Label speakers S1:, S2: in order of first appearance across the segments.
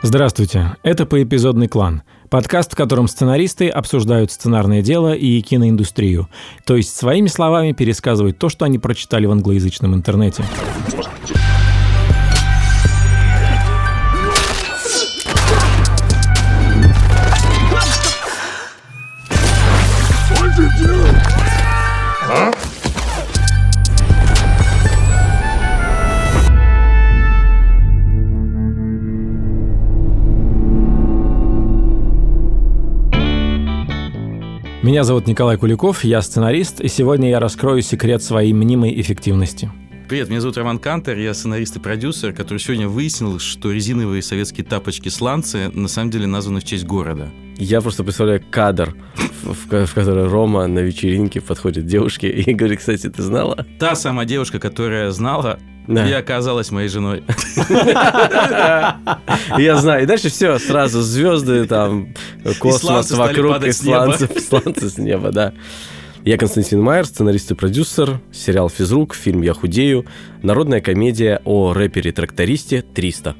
S1: Здравствуйте, это «Поэпизодный клан», подкаст, в котором сценаристы обсуждают сценарное дело и киноиндустрию, то есть своими словами пересказывают то, что они прочитали в англоязычном интернете. Меня зовут Николай Куликов, я сценарист, и сегодня я раскрою секрет своей мнимой эффективности.
S2: Привет, меня зовут Роман Кантер, я сценарист и продюсер, который сегодня выяснил, что резиновые советские тапочки-сланцы на самом деле названы в честь города. Я просто представляю кадр, в который Рома на вечеринке подходит к девушке и говорит: кстати, ты знала? Та самая девушка, которая знала, да, и оказалась моей женой.
S3: Я знаю. И дальше все, сразу звезды, там, космос вокруг, и сланцы с неба, да. Я Константин Майер, сценарист и продюсер, сериал «Физрук», фильм «Я худею», народная комедия о рэпере-трактористе 300.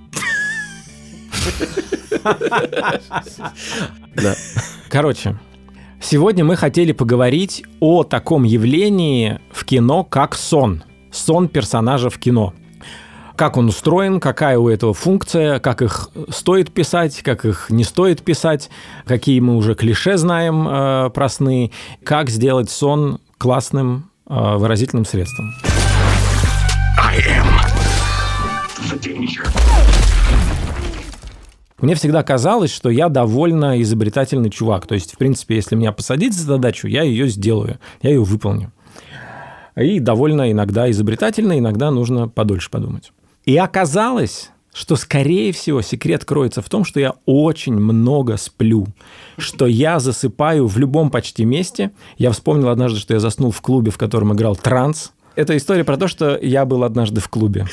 S1: Короче, сегодня мы хотели поговорить о таком явлении в кино, как сон. Сон персонажа в кино. Как он устроен, какая у этого функция, как их стоит писать, как их не стоит писать, какие мы уже клише знаем про сны, как сделать сон классным выразительным средством. Мне всегда казалось, что я довольно изобретательный чувак. То есть, в принципе, если меня посадить за задачу, я ее сделаю, я ее выполню. И довольно иногда изобретательно, иногда нужно подольше подумать. И оказалось, что, скорее всего, секрет кроется в том, что я очень много сплю, что я засыпаю в любом почти месте. Я вспомнил однажды, что я заснул в клубе, в котором играл транс. Это история про то, что я был однажды в клубе.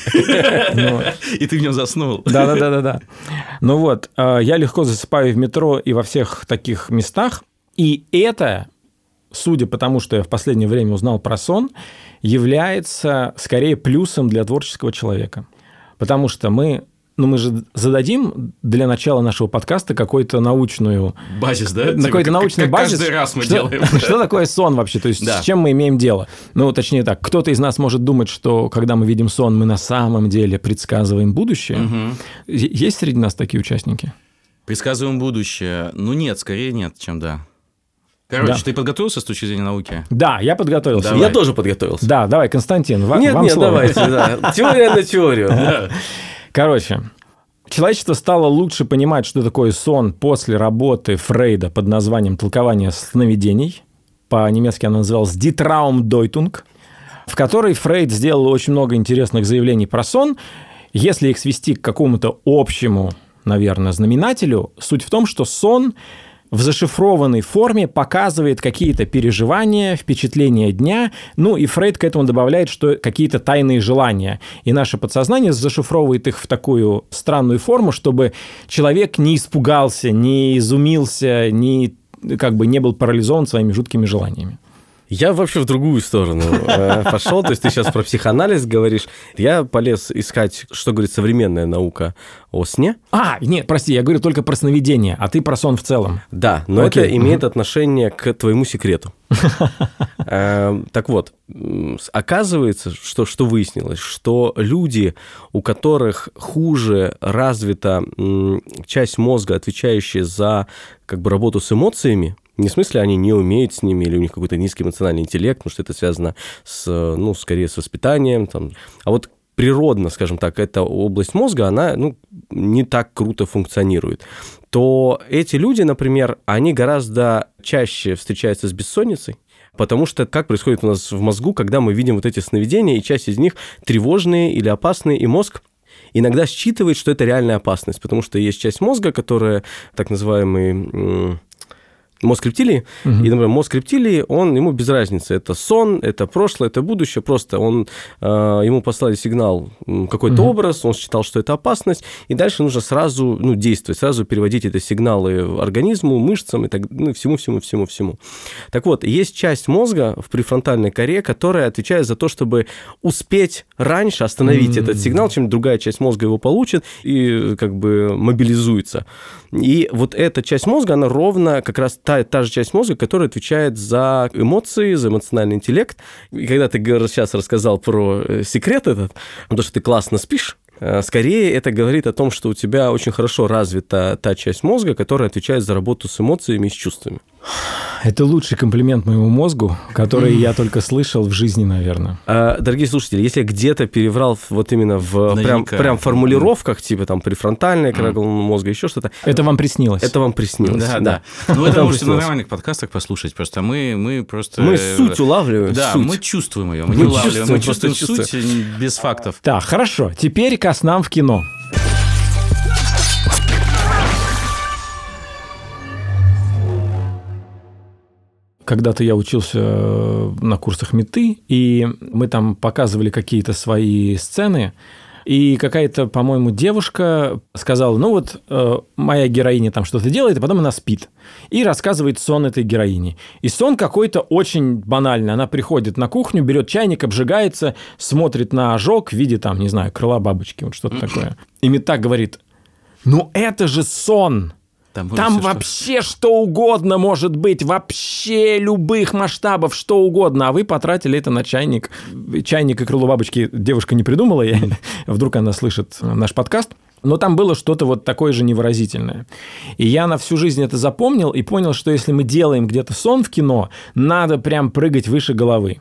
S2: И ты в нем заснул.
S1: Да. Ну вот, я легко засыпаю в метро и во всех таких местах. И это, судя по тому, что я в последнее время узнал про сон, является скорее плюсом для творческого человека. Потому что мы же зададим для начала нашего подкаста какой-то научную...
S2: Базис, да?
S1: Какой-то научный базис.
S2: Каждый раз мы делаем.
S1: Что такое сон вообще? То есть с чем мы имеем дело? Ну, точнее так, кто-то из нас может думать, что когда мы видим сон, мы на самом деле предсказываем будущее. Угу. Есть среди нас такие участники?
S2: Предсказываем будущее? Ну, нет, скорее нет, чем да. Короче, да. Ты подготовился с точки зрения науки?
S1: Да, я подготовился.
S3: Давай. Я тоже подготовился.
S1: Да, давай, Константин, вам
S3: слово. Давайте, да. Теория на теорию.
S1: Короче, человечество стало лучше понимать, что такое сон после работы Фрейда под названием «Толкование сновидений». По-немецки она называлась «Die Traumdeutung», в которой Фрейд сделал очень много интересных заявлений про сон. Если их свести к какому-то общему, наверное, знаменателю, суть в том, что сон в зашифрованной форме показывает какие-то переживания, впечатления дня, и Фрейд к этому добавляет, что какие-то тайные желания. И наше подсознание зашифровывает их в такую странную форму, чтобы человек не испугался, не изумился, не был парализован своими жуткими желаниями.
S3: Я вообще в другую сторону пошел. То есть ты сейчас про психоанализ говоришь. Я полез искать, что говорит современная наука о сне.
S1: Нет, прости, я говорю только про сновидение, а ты про сон в целом.
S3: Да, но это имеет отношение к твоему секрету. Так вот, оказывается, что выяснилось, что люди, у которых хуже развита часть мозга, отвечающая за работу с эмоциями, не в смысле, они не умеют с ними, или у них какой-то низкий эмоциональный интеллект, потому что это связано скорее с воспитанием. А вот природно, скажем так, эта область мозга, она не так круто функционирует. То эти люди, например, они гораздо чаще встречаются с бессонницей, потому что как происходит у нас в мозгу, когда мы видим вот эти сновидения, и часть из них тревожные или опасные, и мозг иногда считывает, что это реальная опасность, потому что есть часть мозга, которая так называемый... мозг рептилии, и, например, мозг рептилии, ему без разницы, это сон, это прошлое, это будущее, просто ему послали сигнал, какой-то образ, он считал, что это опасность, и дальше нужно сразу действовать, сразу переводить эти сигналы организму, мышцам, и так, всему. Так вот, есть часть мозга в префронтальной коре, которая отвечает за то, чтобы успеть раньше остановить этот сигнал, чем другая часть мозга его получит и как бы мобилизуется. И вот эта часть мозга, она ровно как раз та же часть мозга, которая отвечает за эмоции, за эмоциональный интеллект. И когда ты сейчас рассказал про секрет этот, то, что ты классно спишь, скорее это говорит о том, что у тебя очень хорошо развита та часть мозга, которая отвечает за работу с эмоциями и с чувствами.
S1: Это лучший комплимент моему мозгу, который я только слышал в жизни, наверное.
S3: Дорогие слушатели, если я где-то переврал вот именно в прям формулировках, типа там префронтальная кора головного мозга, еще что-то.
S1: Это вам приснилось.
S3: Это вам приснилось.
S2: Да. Ну, это можете на нормальных подкастах послушать. Просто мы просто...
S3: Мы суть улавливаем.
S2: Да, мы чувствуем ее. Мы не улавливаем, мы чувствуем суть без фактов.
S1: Так, хорошо. Теперь ко снам в кино. Когда-то я учился на курсах МИТы, и мы там показывали какие-то свои сцены, и какая-то, по-моему, девушка сказала, моя героиня там что-то делает, и потом она спит. И рассказывает сон этой героини. И сон какой-то очень банальный. Она приходит на кухню, берет чайник, обжигается, смотрит на ожог в виде, там, не знаю, крыла бабочки, вот что-то такое. И МИТа говорит, это же сон! Там вообще что угодно может быть, вообще любых масштабов, что угодно. А вы потратили это на чайник. Чайник и крыло бабочки девушка не придумала, вдруг она слышит наш подкаст. Но там было что-то вот такое же невыразительное. И я на всю жизнь это запомнил и понял, что если мы делаем где-то сон в кино, надо прям прыгать выше головы.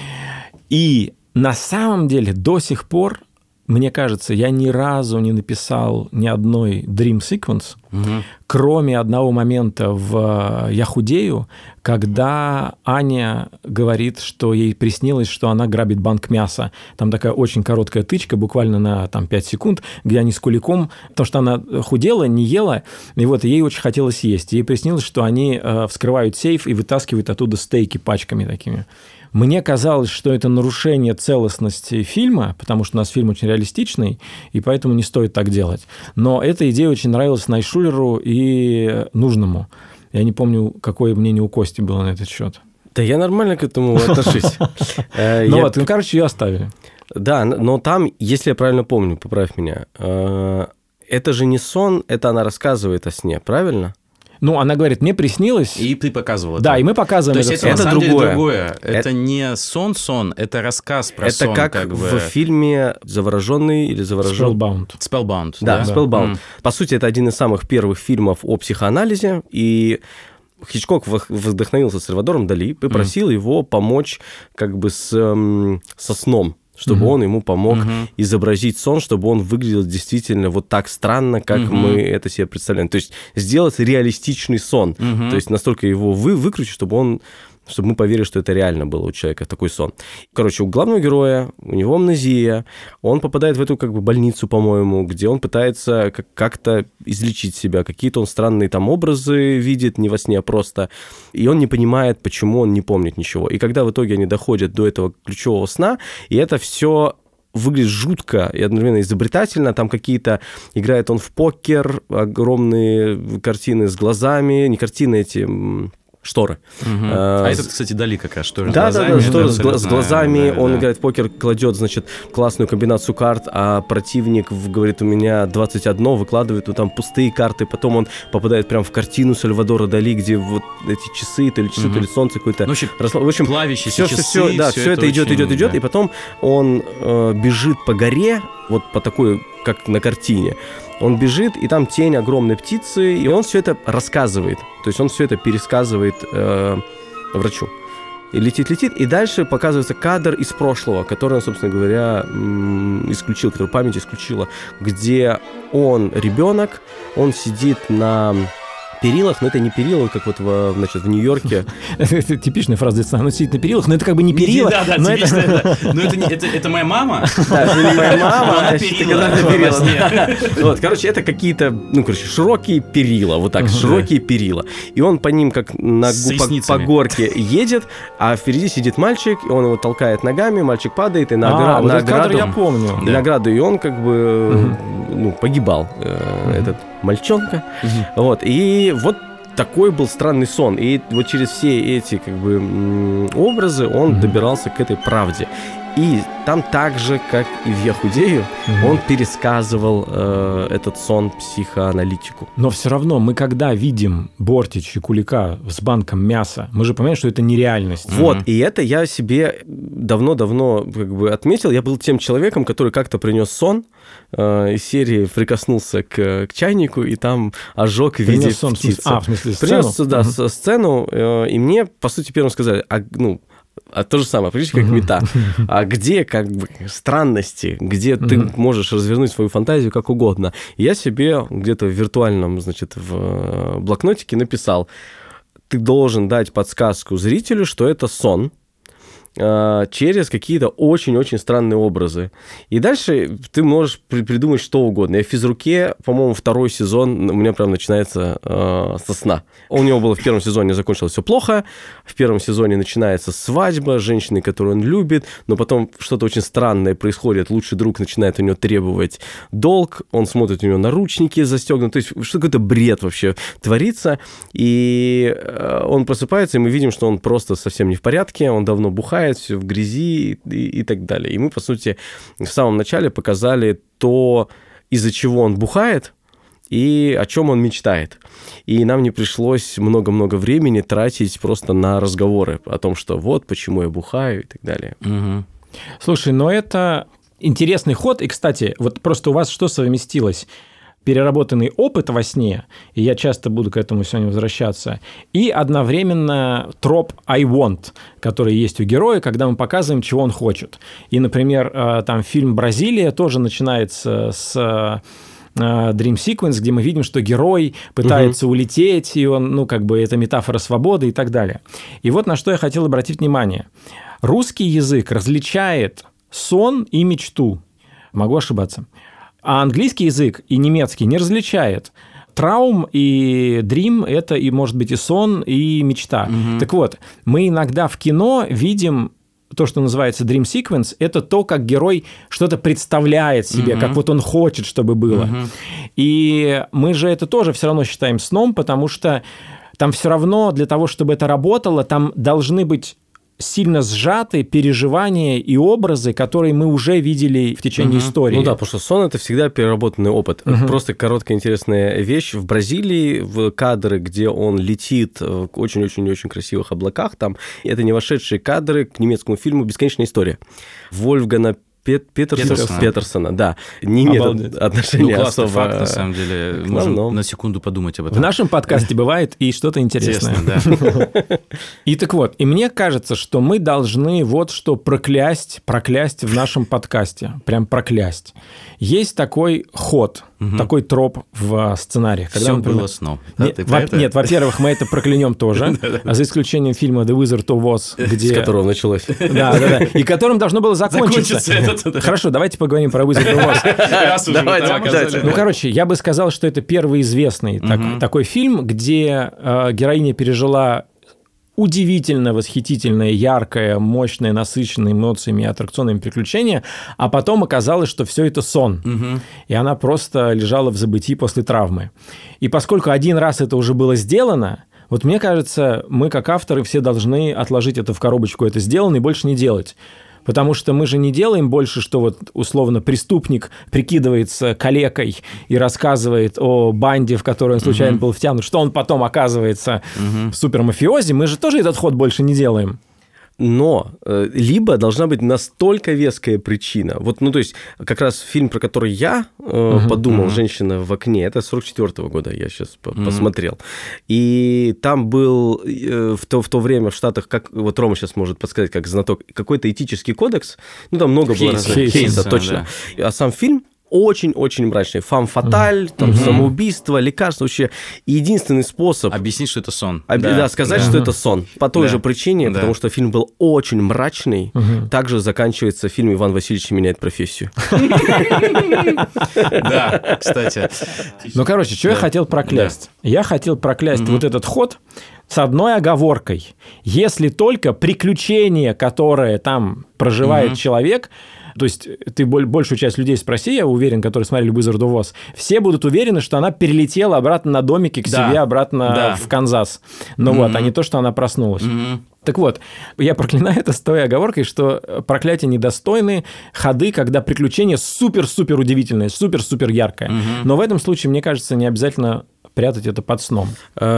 S1: И на самом деле до сих пор, мне кажется, я ни разу не написал ни одной dream sequence, кроме одного момента в «Я худею», когда Аня говорит, что ей приснилось, что она грабит банк мяса. Там такая очень короткая тычка, буквально на 5 секунд, где они с Куликом, потому что она худела, не ела, и ей очень хотелось есть. Ей приснилось, что они вскрывают сейф и вытаскивают оттуда стейки пачками такими. Мне казалось, что это нарушение целостности фильма, потому что у нас фильм очень реалистичный, и поэтому не стоит так делать. Но эта идея очень нравилась Найшулеру и Нужному. Я не помню, какое мнение у Кости было на этот счет.
S3: Да я нормально к этому отношусь.
S1: Ее оставили.
S3: Да, но там, если я правильно помню, поправь меня, это же не сон, это она рассказывает о сне, правильно?
S1: Она говорит, мне приснилось...
S2: И ты показывала.
S1: Да, и мы показываем.
S2: То есть это на самом деле другое. Это не сон, это рассказ про сон.
S3: Это как в фильме «Завороженный» или «Завороженный».
S2: Spellbound.
S3: Да, Spellbound. По сути, это один из самых первых фильмов о психоанализе, и Хичкок вдохновился Сальвадором Дали и просил его помочь как бы со сном, чтобы он ему помог изобразить сон, чтобы он выглядел действительно вот так странно, как мы это себе представляем. То есть сделать реалистичный сон. То есть настолько его выкрутить, чтобы мы поверили, что это реально было у человека, такой сон. Короче, у главного героя, у него амнезия, он попадает в эту как бы больницу, по-моему, где он пытается как-то излечить себя, какие-то он странные там образы видит, не во сне, а просто, и он не понимает, почему он не помнит ничего. И когда в итоге они доходят до этого ключевого сна, и это все выглядит жутко и одновременно изобретательно. Там какие-то... Играет он в покер, огромные картины с глазами, не картины эти... Шторы.
S2: Этот, кстати, Дали как раз шторы с
S3: глазами. Да, шторы с глазами.
S2: Да,
S3: он играет в покер, кладет, значит, классную комбинацию карт, а противник говорит, у меня 21, выкладывает, там пустые карты, потом он попадает прямо в картину Сальвадора Дали, где вот эти часы, то ли солнце какое-то.
S2: В общем, плавящиеся часы.
S3: Все это идет, и потом он бежит по горе, вот по такой, как на картине. Он бежит, и там тень огромной птицы, и он все это рассказывает. То есть он все это пересказывает врачу. И летит, и дальше показывается кадр из прошлого, который он, собственно говоря, исключил, который память исключила, где он ребенок, он сидит на перилах, но это не перила, как вот в Нью-Йорке.
S1: Это типичная фраза детства. Оно сидит на перилах, но это как бы не перила.
S2: Да, типичная. Но это моя мама.
S3: Да, это не моя мама,
S2: она перила.
S3: Короче, это какие-то, широкие перила, вот так, широкие перила. И он по ним, как по горке едет, а впереди сидит мальчик, и он его толкает ногами, мальчик падает, и на ограду...
S1: я помню.
S3: И награду, и он как бы погибал, этот мальчонка. Вот, и вот такой был странный сон. И вот через все эти как бы образы он добирался к этой правде. И там так же, как и в «Я худею», он пересказывал этот сон психоаналитику.
S1: Но все равно мы, когда видим Бортич и Кулика с банком мяса, мы же понимаем, что это нереальность.
S3: Вот, и это я себе давно-давно как бы отметил. Я был тем человеком, который как-то принес сон из серии, прикоснулся к чайнику и там ожег в виде птицы.
S1: В смысле сцену?
S3: Принес сюда сцену, и мне, по сути, первым сказали, то же самое, практически как мета. А где как бы странности, где ты можешь развернуть свою фантазию как угодно. И я себе где-то в виртуальном, в блокнотике написал: ты должен дать подсказку зрителю, что это сон, через какие-то очень-очень странные образы. И дальше ты можешь придумать что угодно. Я в «Физруке», по-моему, 2-й сезон у меня прям начинается со сна. У него было в 1-м сезоне закончилось все плохо, в 1-м сезоне начинается свадьба женщины, которую он любит, но потом что-то очень странное происходит. Лучший друг начинает у него требовать долг, он смотрит, у него наручники застегнуты. То есть что какой-то бред вообще творится. И он просыпается, и мы видим, что он просто совсем не в порядке, он давно бухает, все в грязи и так далее. И мы, по сути, в самом начале показали то, из-за чего он бухает и о чем он мечтает. И нам не пришлось много-много времени тратить просто на разговоры о том, что вот почему я бухаю и так далее.
S1: Слушай, но это интересный ход. И, кстати, вот просто у вас что совместилось? Переработанный опыт во сне, и я часто буду к этому сегодня возвращаться, и одновременно троп «I want», который есть у героя, когда мы показываем, чего он хочет. И, например, там фильм «Бразилия» тоже начинается с Dream Sequence, где мы видим, что герой пытается улететь, и он, это метафора свободы и так далее. И вот на что я хотел обратить внимание. Русский язык различает сон и мечту. Могу ошибаться. А английский язык и немецкий не различает. Траум и дрим – это, и может быть, и сон, и мечта. Так вот, мы иногда в кино видим то, что называется dream sequence, это то, как герой что-то представляет себе, как вот он хочет, чтобы было. И мы же это тоже все равно считаем сном, потому что там все равно для того, чтобы это работало, там должны быть сильно сжаты переживания и образы, которые мы уже видели в течение истории.
S3: Ну да, потому что сон – это всегда переработанный опыт. Просто короткая интересная вещь. В Бразилии в кадры, где он летит в очень-очень-очень красивых облаках, там это не вошедшие кадры к немецкому фильму «Бесконечная история». Вольфгана Петерсона, да. Не имеет отношения
S2: классный
S3: особо.
S2: Факт, на самом деле. Можем на секунду подумать об этом.
S1: В нашем подкасте бывает и что-то интересное.
S2: Да.
S1: И так вот, и мне кажется, что мы должны вот что проклясть в нашем подкасте. Прям проклясть. Есть такой ход, такой троп в сценариях.
S2: Все было сном.
S1: Нет, во-первых, мы это проклянем тоже, за исключением фильма «The Wizard of Oz», где...
S3: С которого началось.
S1: Да. И которым должно было закончиться. Хорошо, давайте поговорим про Wizard of Oz. Я бы сказал, что это первый известный такой фильм, где героиня пережила удивительно восхитительное, яркое, мощное, насыщенное эмоциями и аттракционными приключения, а потом оказалось, что все это сон. И она просто лежала в забытии после травмы. И поскольку один раз это уже было сделано, вот мне кажется, мы как авторы все должны отложить это в коробочку, это сделано, и больше не делать. Потому что мы же не делаем больше, что вот условно преступник прикидывается калекой и рассказывает о банде, в которую он случайно был втянут, что он потом оказывается супермафиози. Мы же тоже этот ход больше не делаем.
S3: Но либо должна быть настолько веская причина. Вот, то есть, как раз фильм, про который я подумал, «Женщина в окне», это 44-го года, я сейчас посмотрел. И там был в то время в Штатах, как вот Рома сейчас может подсказать, как знаток, какой-то этический кодекс. Там много было разных. Хейса, точно. Да. А сам фильм очень-очень мрачный. Фам-фаталь, там, самоубийство, лекарство, вообще единственный способ...
S2: Объяснить, что это сон.
S3: Сказать, что это сон. По той же причине, потому что фильм был очень мрачный, также заканчивается фильм «Иван Васильевич меняет профессию».
S2: Да, кстати.
S1: Ну, короче, что я хотел проклясть? Я хотел проклясть вот этот ход с одной оговоркой. Если только приключения, которые там проживает человек, то есть ты большую часть людей спроси, я уверен, которые смотрели Wizard of Oz, все будут уверены, что она перелетела обратно на домике к себе, обратно в Канзас. Ну вот, а не то, что она проснулась. Так вот, я проклинаю это с той оговоркой, что проклятия недостойны ходы, когда приключение супер-супер удивительное, супер-супер яркое. Но в этом случае, мне кажется, не обязательно прятать это под сном.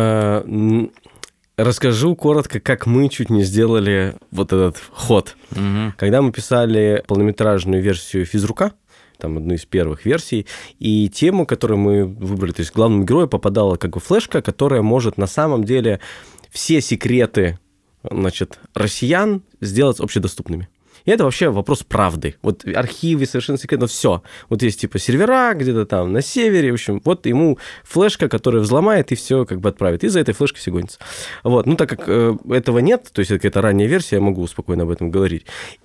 S3: Расскажу коротко, как мы чуть не сделали вот этот ход. Когда мы писали полнометражную версию «Физрука», там одну из первых версий, и тему, которую мы выбрали, то есть главному герою попадала как бы флешка, которая может на самом деле все секреты, значит, россиян сделать общедоступными. И это вообще вопрос правды. Вот архивы совершенно секретно, все. Вот есть типа сервера где-то там на севере, в общем, вот ему флешка, которая взломает и все как бы отправит. И за этой флешкой все гонится. Вот. Ну, так как этого нет, то есть это какая-то ранняя версия, я могу спокойно об этом говорить.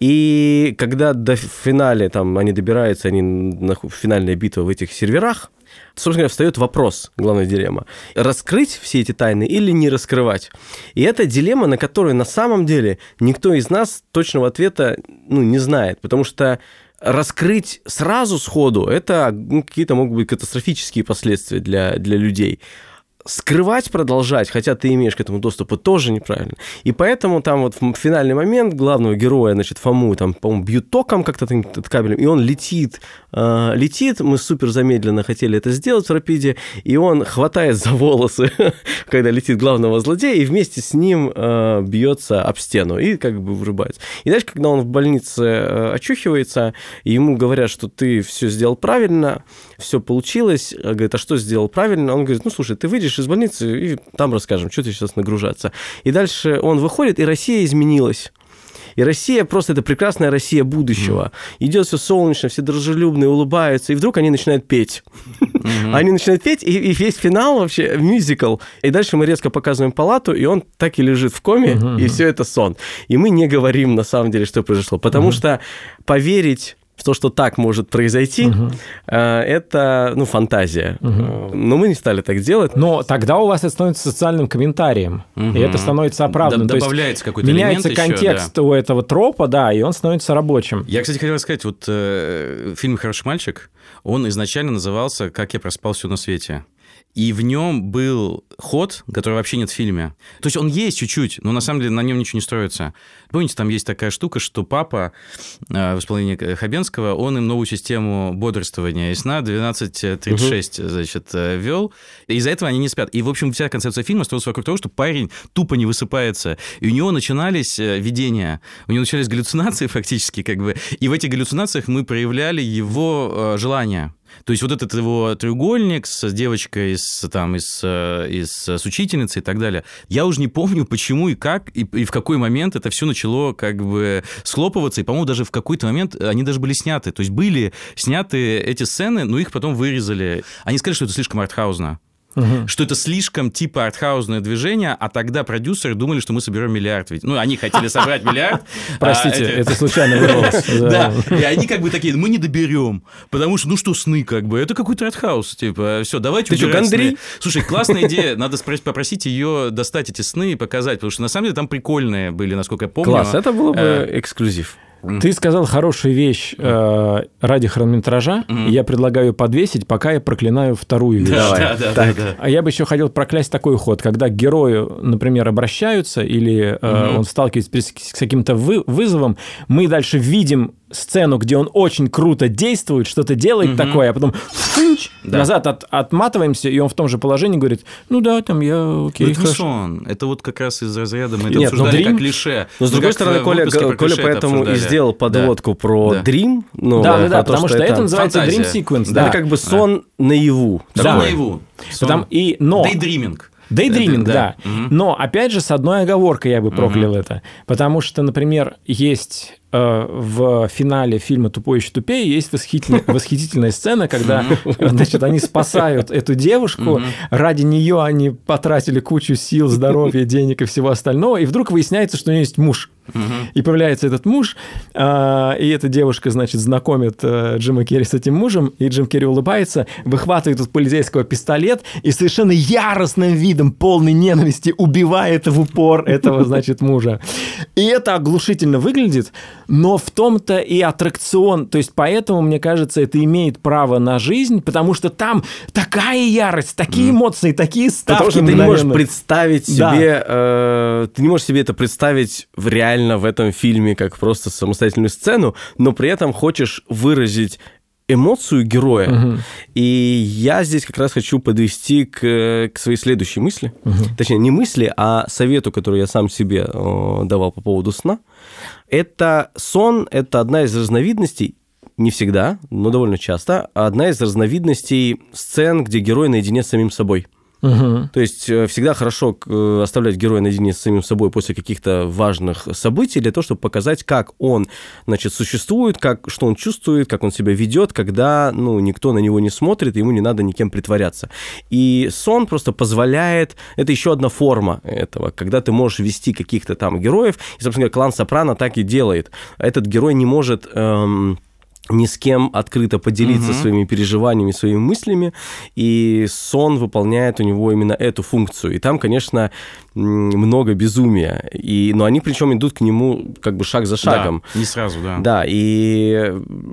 S3: И когда до финале там они добираются, финальная битва в этих серверах, собственно говоря, встает вопрос, главная дилемма. Раскрыть все эти тайны или не раскрывать? И это дилемма, на которую на самом деле никто из нас точного ответа не знает, потому что раскрыть сразу сходу – это какие-то могут быть катастрофические последствия для людей. Скрывать, продолжать, хотя ты имеешь к этому доступа, тоже неправильно. И поэтому там вот в финальный момент главного героя, значит, Фому, там, по-моему, бьют током как-то кабелем, и он летит, мы супер замедленно хотели это сделать в Рапиде, и он хватает за волосы, когда летит главного злодея, и вместе с ним бьется об стену, и как бы врубается. И дальше, когда он в больнице очухивается, ему говорят, что ты все сделал правильно, все получилось, говорит, а что сделал правильно? Он говорит, слушай, ты выйдешь из больницы, и там расскажем, что ты сейчас нагружаться. И дальше он выходит, и Россия изменилась. И Россия просто это прекрасная Россия будущего. Идет все солнечно, все дружелюбные, улыбаются, и вдруг они начинают петь. Они начинают петь, и весь финал вообще мюзикл. И дальше мы резко показываем палату, и он так и лежит в коме, и все это сон. И мы не говорим на самом деле, что произошло, потому что поверить в то, что так может произойти, это, фантазия. Но мы не стали так делать.
S1: Но тогда у вас это становится социальным комментарием, и это становится оправданным.
S2: Добавляется какой-то элемент
S1: меняется контекст у этого тропа, да, и он становится рабочим.
S2: Я, кстати, хотел сказать, вот фильм «Хороший мальчик», он изначально назывался «Как я проспал все на свете». И в нем был ход, который вообще нет в фильме. То есть он есть чуть-чуть, но на самом деле на нем ничего не строится. Помните, там есть такая штука, что папа в исполнении Хабенского, он им новую систему бодрствования и сна 12:36, значит, ввел. И из-за этого они не спят. И, в общем, вся концепция фильма строилась вокруг того, что парень тупо не высыпается. И у него начинались видения, у него начались галлюцинации фактически, как бы. И в этих галлюцинациях мы проявляли его желания. То есть вот этот его треугольник с девочкой, с учительницей и так далее. Я уже не помню, почему и как, и в какой момент это все начало как бы схлопываться. И, по-моему, даже в какой-то момент они даже были сняты. То есть были сняты эти сцены, но их потом вырезали. Они сказали, что это слишком артхаузно. Что это слишком типа артхаузное движение, а тогда продюсеры думали, что мы соберем миллиард. Ведь, они хотели собрать миллиард.
S1: Простите, это случайно вырвалось.
S2: Да, и они как бы такие, мы не доберем, потому что, сны как бы, это какой-то артхаус, типа, все, давайте убирать сны. Слушай, классная идея, надо попросить ее достать эти сны и показать, потому что на самом деле там прикольные были, насколько я помню.
S3: Класс, это было бы эксклюзив.
S1: Ты сказал хорошую вещь ради хронометража, и я предлагаю подвесить, пока я проклинаю вторую вещь.
S2: Да.
S1: А я бы еще хотел проклясть такой ход, когда к герою, например, обращаются, или он сталкивается с каким-то вызовом, мы дальше видим сцену, где он очень круто действует, что-то делает такое, а потом назад отматываемся, и он в том же положении говорит, там я окей,
S2: это не сон, это вот как раз из разряда мы это обсуждали как клише.
S3: Но с другой стороны, Коля поэтому и сделал подводку про Dream.
S1: Да, потому что это называется Dream Sequence.
S3: Это как бы сон наяву.
S2: Да, наяву.
S1: Дейдриминг. Дейдриминг, Но, опять же, с одной оговоркой я бы проклял это. Потому что, например, есть в финале фильма «Тупой еще тупее» есть восхитительная сцена, когда, значит, они спасают эту девушку, ради нее они потратили кучу сил, здоровья, денег и всего остального, и вдруг выясняется, что у нее есть муж. И появляется этот муж, и эта девушка, значит, знакомит Джима Керри с этим мужем, и Джим Керри улыбается, выхватывает из полицейского пистолет и совершенно яростным видом, полной ненависти, убивает в упор этого, значит, мужа. И это оглушительно выглядит, но в том-то и аттракцион, то есть поэтому, мне кажется, это имеет право на жизнь, потому что там такая ярость, такие эмоции, такие ставки.
S3: Потому что ты не можешь представить себе, ты не можешь себе это представить реально в этом фильме как просто самостоятельную сцену, но при этом хочешь выразить эмоцию героя. И я здесь как раз хочу подвести к своей следующей мысли. Точнее, не мысли, а совету, который я сам себе давал по поводу сна. Это сон, это одна из разновидностей, не всегда, но довольно часто, одна из разновидностей сцен, где герой наедине с самим собой. То есть всегда хорошо оставлять героя наедине с самим собой после каких-то важных событий для того, чтобы показать, как он, значит, существует, что он чувствует, как он себя ведет, когда, никто на него не смотрит, ему не надо никем притворяться. И сон просто позволяет, это еще одна форма этого, когда ты можешь вести каких-то там героев, и, собственно говоря, клан Сопрано так и делает. Этот герой не может ни с кем открыто поделиться своими переживаниями, своими мыслями, и сон выполняет у него именно эту функцию. И там, конечно, много безумия, но они причем идут к нему как бы шаг за шагом.
S2: Да, не сразу, да.
S3: Да, и...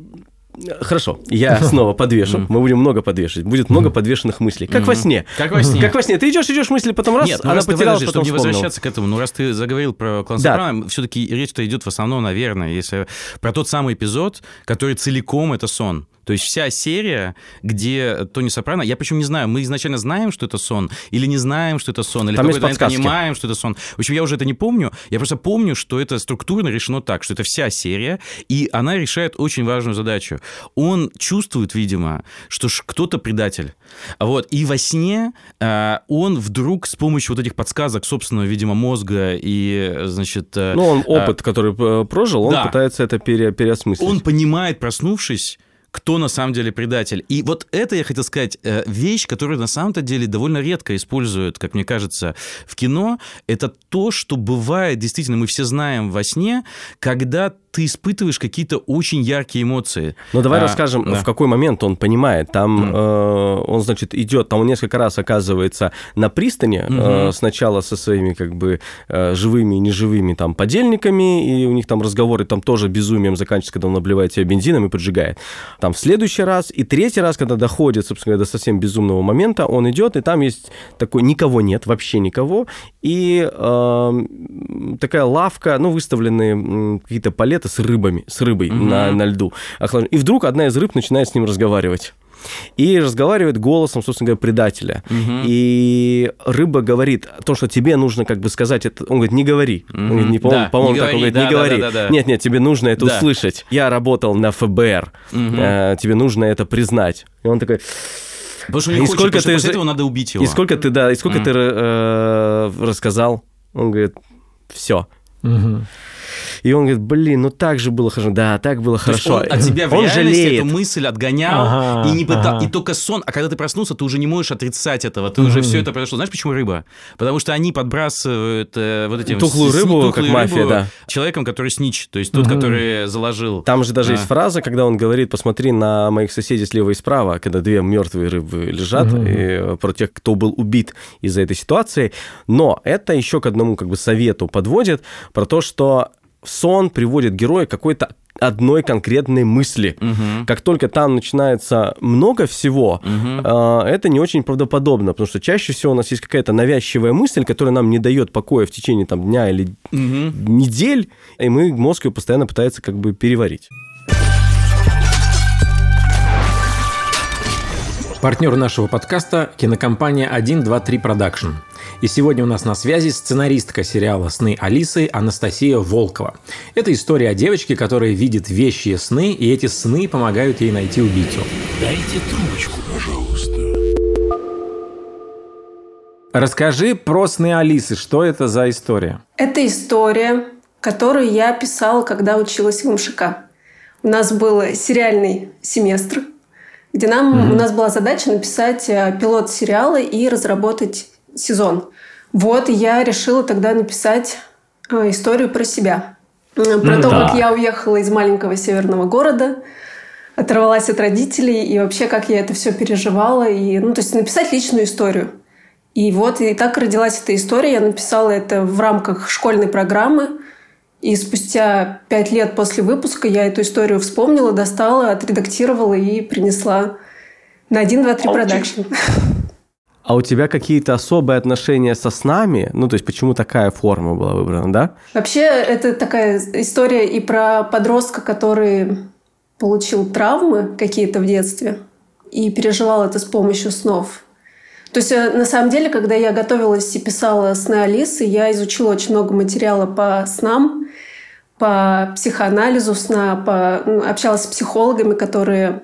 S3: Хорошо, я снова подвешу. Мы будем много подвешивать. Будет много подвешенных мыслей. Как во сне.
S2: Как во сне.
S3: Как во сне. Ты идешь, мысли, потом раз, она потерялась, потом
S2: чтобы не
S3: вспомнил.
S2: возвращаться к этому, раз ты заговорил про клан Сопрано, все-таки речь-то идет в основном, наверное, если про тот самый эпизод, который целиком это сон. То есть вся серия, где Тони Сопрано... Я причем не знаю, мы изначально знаем, что это сон, или не знаем, что это сон, или в какой-то момент понимаем, что это сон. В общем, я уже это не помню. Я просто помню, что это структурно решено так, что это вся серия, и она решает очень важную задачу. Он чувствует, видимо, что кто-то предатель. Вот. И во сне он вдруг с помощью вот этих подсказок собственного, видимо, мозга и, значит...
S3: он опыт, который прожил, он пытается это переосмыслить.
S2: Он понимает, проснувшись, кто на самом деле предатель. И вот это, я хотел сказать, вещь, которую на самом-то деле довольно редко используют, как мне кажется, в кино, это то, что бывает, действительно, мы все знаем во сне, когда ты испытываешь какие-то очень яркие эмоции.
S3: Ну, давай расскажем, в какой момент он понимает. Там он, значит, идет, там он несколько раз оказывается на пристани, сначала со своими, как бы, живыми и неживыми там подельниками, и у них там разговоры там тоже безумием заканчиваются, когда он обливает себя бензином и поджигает. Там в следующий раз и третий раз, когда доходит, собственно говоря, до совсем безумного момента, он идет, и там есть такой, никого нет, вообще никого, и такая лавка, выставлены какие-то палеты с рыбой на льду. И вдруг одна из рыб начинает с ним разговаривать. И разговаривает голосом, собственно говоря, предателя. И рыба говорит то, что тебе нужно как бы сказать. Это... Он говорит, не говори. Он говорит, по-моему, так. Он говорит, не говори. Нет, тебе нужно это услышать. Я работал на ФБР. Тебе нужно это признать. И он такой...
S2: Потому что не хочет, после этого надо убить его.
S3: И сколько ты рассказал? Он говорит, все. И он говорит, так же было хорошо. Да, так было хорошо.
S2: Он от тебя в реальности эту мысль отгонял, и только сон. А когда ты проснулся, ты уже не можешь отрицать этого. Ты уже все это произошло. Знаешь, почему рыба? Потому что они подбрасывают вот этим...
S3: Тухлую рыбу, как мафия, да.
S2: Человеком, который снич, то есть тот, который заложил.
S3: Там же даже есть фраза, когда он говорит, посмотри на моих соседей слева и справа, когда две мертвые рыбы лежат, и про тех, кто был убит из-за этой ситуации. Но это еще к одному как бы совету подводит, про то, что сон приводит героя к какой-то одной конкретной мысли. Как только там начинается много всего, это не очень правдоподобно, потому что чаще всего у нас есть какая-то навязчивая мысль, которая нам не дает покоя в течение дня или недель, и мозг ее постоянно пытается как бы переварить.
S1: Партнер нашего подкаста – кинокомпания 123 Production. И сегодня у нас на связи сценаристка сериала «Сны Алисы» Анастасия Волкова. Это история о девочке, которая видит вещие сны, и эти сны помогают ей найти убийцу.
S4: Дайте трубочку, пожалуйста.
S1: Расскажи про «Сны Алисы». Что это за история?
S5: Это история который я писала, когда училась в МШК. У нас был сериальный семестр, где у нас была задача написать пилот сериала и разработать сезон. Вот, я решила тогда написать историю про себя. Про то, как я уехала из маленького северного города, оторвалась от родителей, и вообще, как я это все переживала. То есть написать личную историю. И вот, и так родилась эта история. Я написала это в рамках школьной программы. И спустя 5 лет после выпуска я эту историю вспомнила, достала, отредактировала и принесла на 1, 2, 3 продакшн.
S3: А у тебя какие-то особые отношения со снами? Ну, то есть, почему такая форма была выбрана, да?
S5: Вообще, это такая история и про подростка, который получил травмы какие-то в детстве и переживал это с помощью снов. То есть, на самом деле, когда я готовилась и писала «Сны Алисы», я изучила очень много материала по снам, по психоанализу сна, общалась с психологами, которые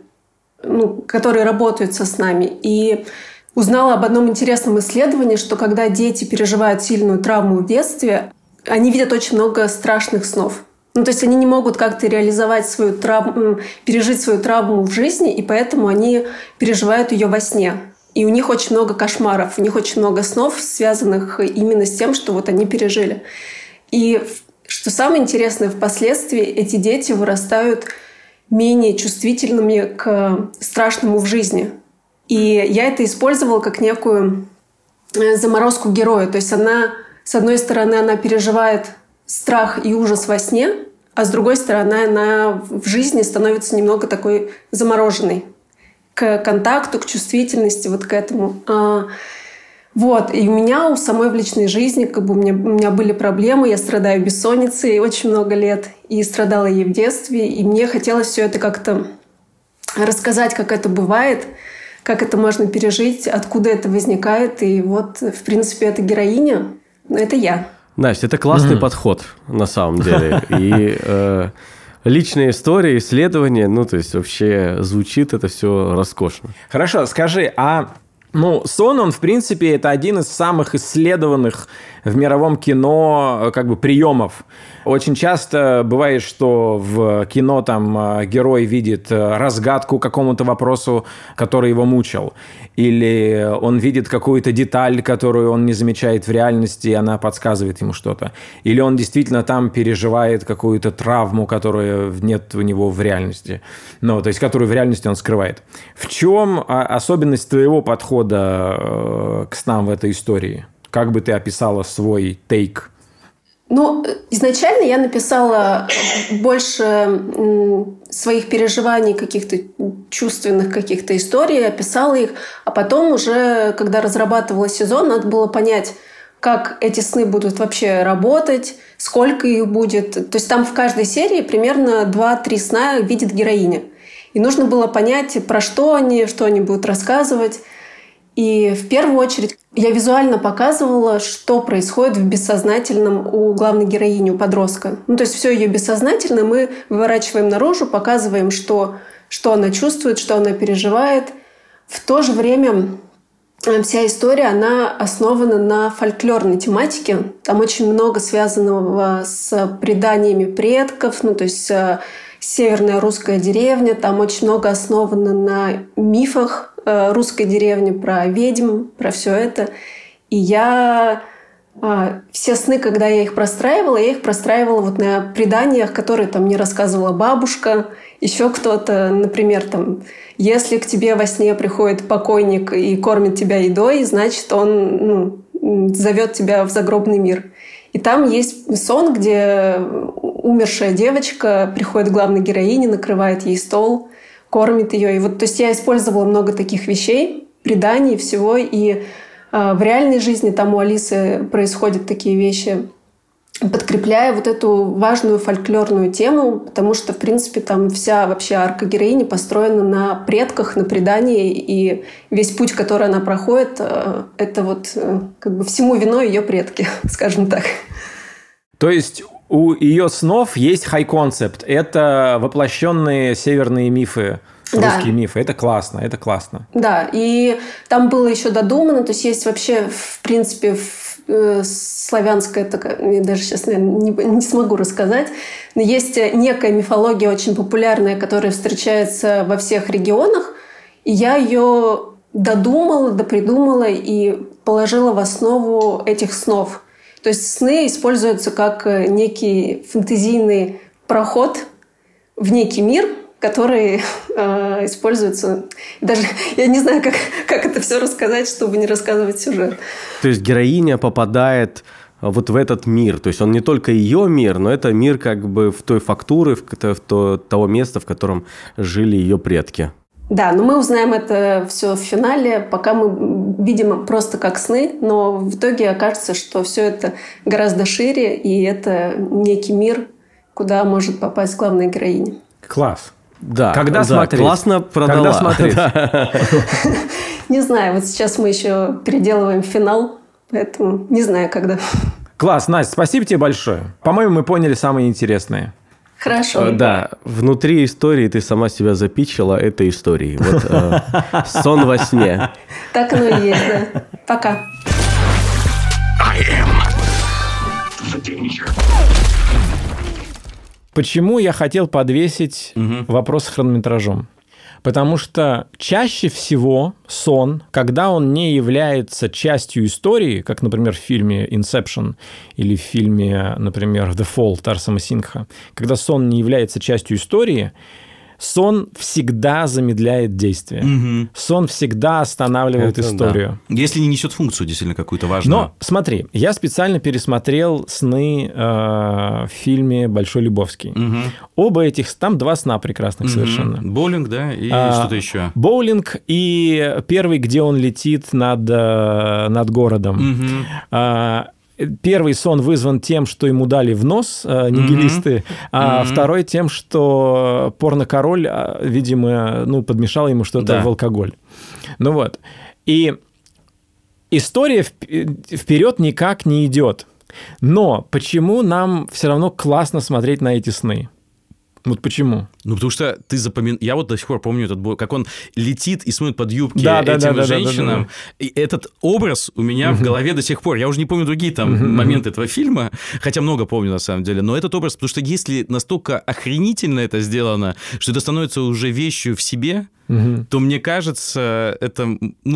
S5: работают со снами. И узнала об одном интересном исследовании, что когда дети переживают сильную травму в детстве, они видят очень много страшных снов. То есть они не могут как-то реализовать свою травму, пережить свою травму в жизни, и поэтому они переживают ее во сне. И у них очень много кошмаров, у них очень много снов, связанных именно с тем, что вот они пережили. И что самое интересное, впоследствии эти дети вырастают менее чувствительными к страшному в жизни. И я это использовала как некую заморозку героя. То есть она, с одной стороны, она переживает страх и ужас во сне, а с другой стороны, она в жизни становится немного такой замороженной к контакту, к чувствительности, вот к этому. Вот. И у самой в личной жизни у меня были проблемы. Я страдаю бессонницей очень много лет. И страдала ей в детстве. И мне хотелось все это как-то рассказать, как это бывает, как это можно пережить, откуда это возникает. И вот, в принципе, эта героиня, это я.
S3: Настя, это классный подход, на самом деле. И личная история, исследования, то есть вообще звучит это все роскошно.
S1: Хорошо, скажи, сон, он, в принципе, это один из самых исследованных в мировом кино приемов. Очень часто бывает, что в кино герой видит разгадку какому-то вопросу, который его мучил. Или он видит какую-то деталь, которую он не замечает в реальности, и она подсказывает ему что-то. Или он действительно там переживает какую-то травму, которой нет у него в реальности. То есть, которую в реальности он скрывает. В чем особенность твоего подхода к снам в этой истории? Как бы ты описала свой тейк?
S5: Изначально я написала больше своих переживаний, каких-то чувственных каких-то историй, описала их, а потом уже, когда разрабатывала сезон, надо было понять, как эти сны будут вообще работать, сколько их будет. То есть там в каждой серии примерно 2-3 сна видит героиня. И нужно было понять, про что они будут рассказывать. И в первую очередь я визуально показывала, что происходит в бессознательном у главной героини, у подростка. То есть все ее бессознательное мы выворачиваем наружу, показываем, что она чувствует, что она переживает. В то же время вся история, она основана на фольклорной тематике. Там очень много связанного с преданиями предков, то есть северная русская деревня. Там очень много основано на мифах русской деревни, про ведьм, про все это. И я все сны, когда я их простраивала вот на преданиях, которые мне рассказывала бабушка, еще кто-то. Например, если к тебе во сне приходит покойник и кормит тебя едой, значит, он зовет тебя в загробный мир. И там есть сон, где умершая девочка приходит к главной героине, накрывает ей стол, кормит ее. И то есть я использовала много таких вещей, преданий, всего. И в реальной жизни там у Алисы происходят такие вещи, подкрепляя вот эту важную фольклорную тему, потому что, в принципе, там вся вообще арка героини построена на предках, на предании, и весь путь, который она проходит, это всему виной ее предки, скажем так.
S1: То есть у ее снов есть high-concept. Это воплощенные северные мифы, русские мифы. Это классно, это классно.
S5: Да, и там было еще додумано, то есть вообще, в принципе, славянская такая, я даже сейчас не смогу рассказать, но есть некая мифология очень популярная, которая встречается во всех регионах, и я ее додумала, допридумала и положила в основу этих снов. То есть сны используются как некий фэнтезийный проход в некий мир, который используется... Даже я не знаю, как это все рассказать, чтобы не рассказывать сюжет.
S3: То есть героиня попадает вот в этот мир. То есть он не только ее мир, но это мир как бы в той фактуры, того места, в котором жили ее предки.
S5: Да, но мы узнаем это все в финале, пока мы видим просто как сны, но в итоге окажется, что все это гораздо шире, и это некий мир, куда может попасть главная героиня.
S1: Класс.
S3: Да,
S1: когда смотреть?
S3: Классно продала.
S1: Когда смотреть?
S5: Не знаю, вот сейчас мы еще переделываем финал, поэтому не знаю, когда.
S1: Класс, Настя, спасибо тебе большое. По-моему, мы поняли самое интересное.
S5: Хорошо.
S3: Да, внутри истории ты сама себя запичила этой историей. Вот сон во сне.
S5: Так оно и есть, да. Пока.
S1: Почему я хотел подвесить вопрос с хронометражом? Потому что чаще всего сон, когда он не является частью истории, как, например, в фильме «Inception» или в фильме, например, «The Fall» Тарсама Сингха, когда сон не является частью истории, сон всегда замедляет действие. Сон всегда останавливает историю.
S2: Да. Если не несет функцию действительно какую-то важную.
S1: Но смотри, я специально пересмотрел сны в фильме «Большой Любовский». Оба этих, там два сна прекрасных совершенно.
S2: Боулинг, да, и что-то еще.
S1: Боулинг и первый, где он летит над городом. Первый сон вызван тем, что ему дали в нос нигилисты, а второй тем, что порнокороль, видимо, подмешал ему что-то в алкоголь. Ну вот. И история вперед никак не идет. Но почему нам все равно классно смотреть на эти сны? Вот почему?
S2: Ну, потому что ты запоминаешь... Я вот до сих пор помню этот бой, как он летит и смотрит под юбки этим женщинам. Да. И этот образ у меня в голове до сих пор. Я уже не помню другие там моменты этого фильма, хотя много помню на самом деле. Но этот образ, потому что если настолько охренительно это сделано, что это становится уже вещью в себе, то, мне кажется, это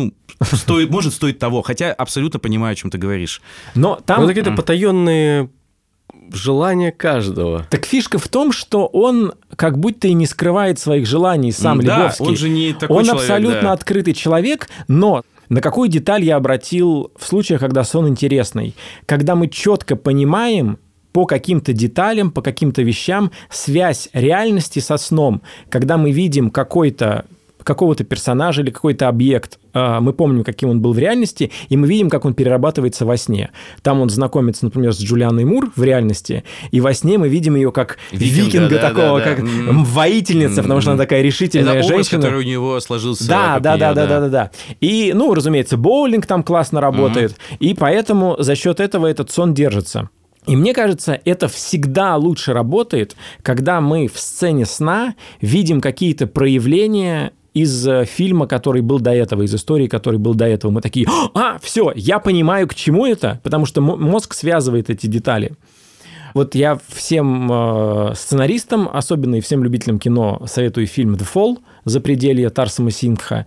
S2: может стоить того. Хотя абсолютно понимаю, о чем ты говоришь.
S3: Но там какие-то потаенные... желание каждого.
S1: Так фишка в том, что он как будто и не скрывает своих желаний сам Лебовский.
S2: Он же не такой человек.
S1: Он абсолютно открытый человек, но на какую деталь я обратил в случаях, когда сон интересный? Когда мы четко понимаем по каким-то деталям, по каким-то вещам связь реальности со сном. Когда мы видим какого-то персонажа или какой-то объект, мы помним, каким он был в реальности, и мы видим, как он перерабатывается во сне. Там он знакомится, например, с Джулианой Мур в реальности, и во сне мы видим ее как викинга такого, как воительница, потому что она такая решительная женщина. Это образ, который
S2: у него сложился.
S1: Да. И, разумеется, боулинг там классно работает, и поэтому за счет этого этот сон держится. И мне кажется, это всегда лучше работает, когда мы в сцене сна видим какие-то проявления из фильма, который был до этого, из истории, который был до этого. Мы такие: все, я понимаю, к чему это, потому что мозг связывает эти детали. Вот я всем сценаристам, особенно и всем любителям кино, советую фильм «The Fall» «Запределье» Тарсама Сингха.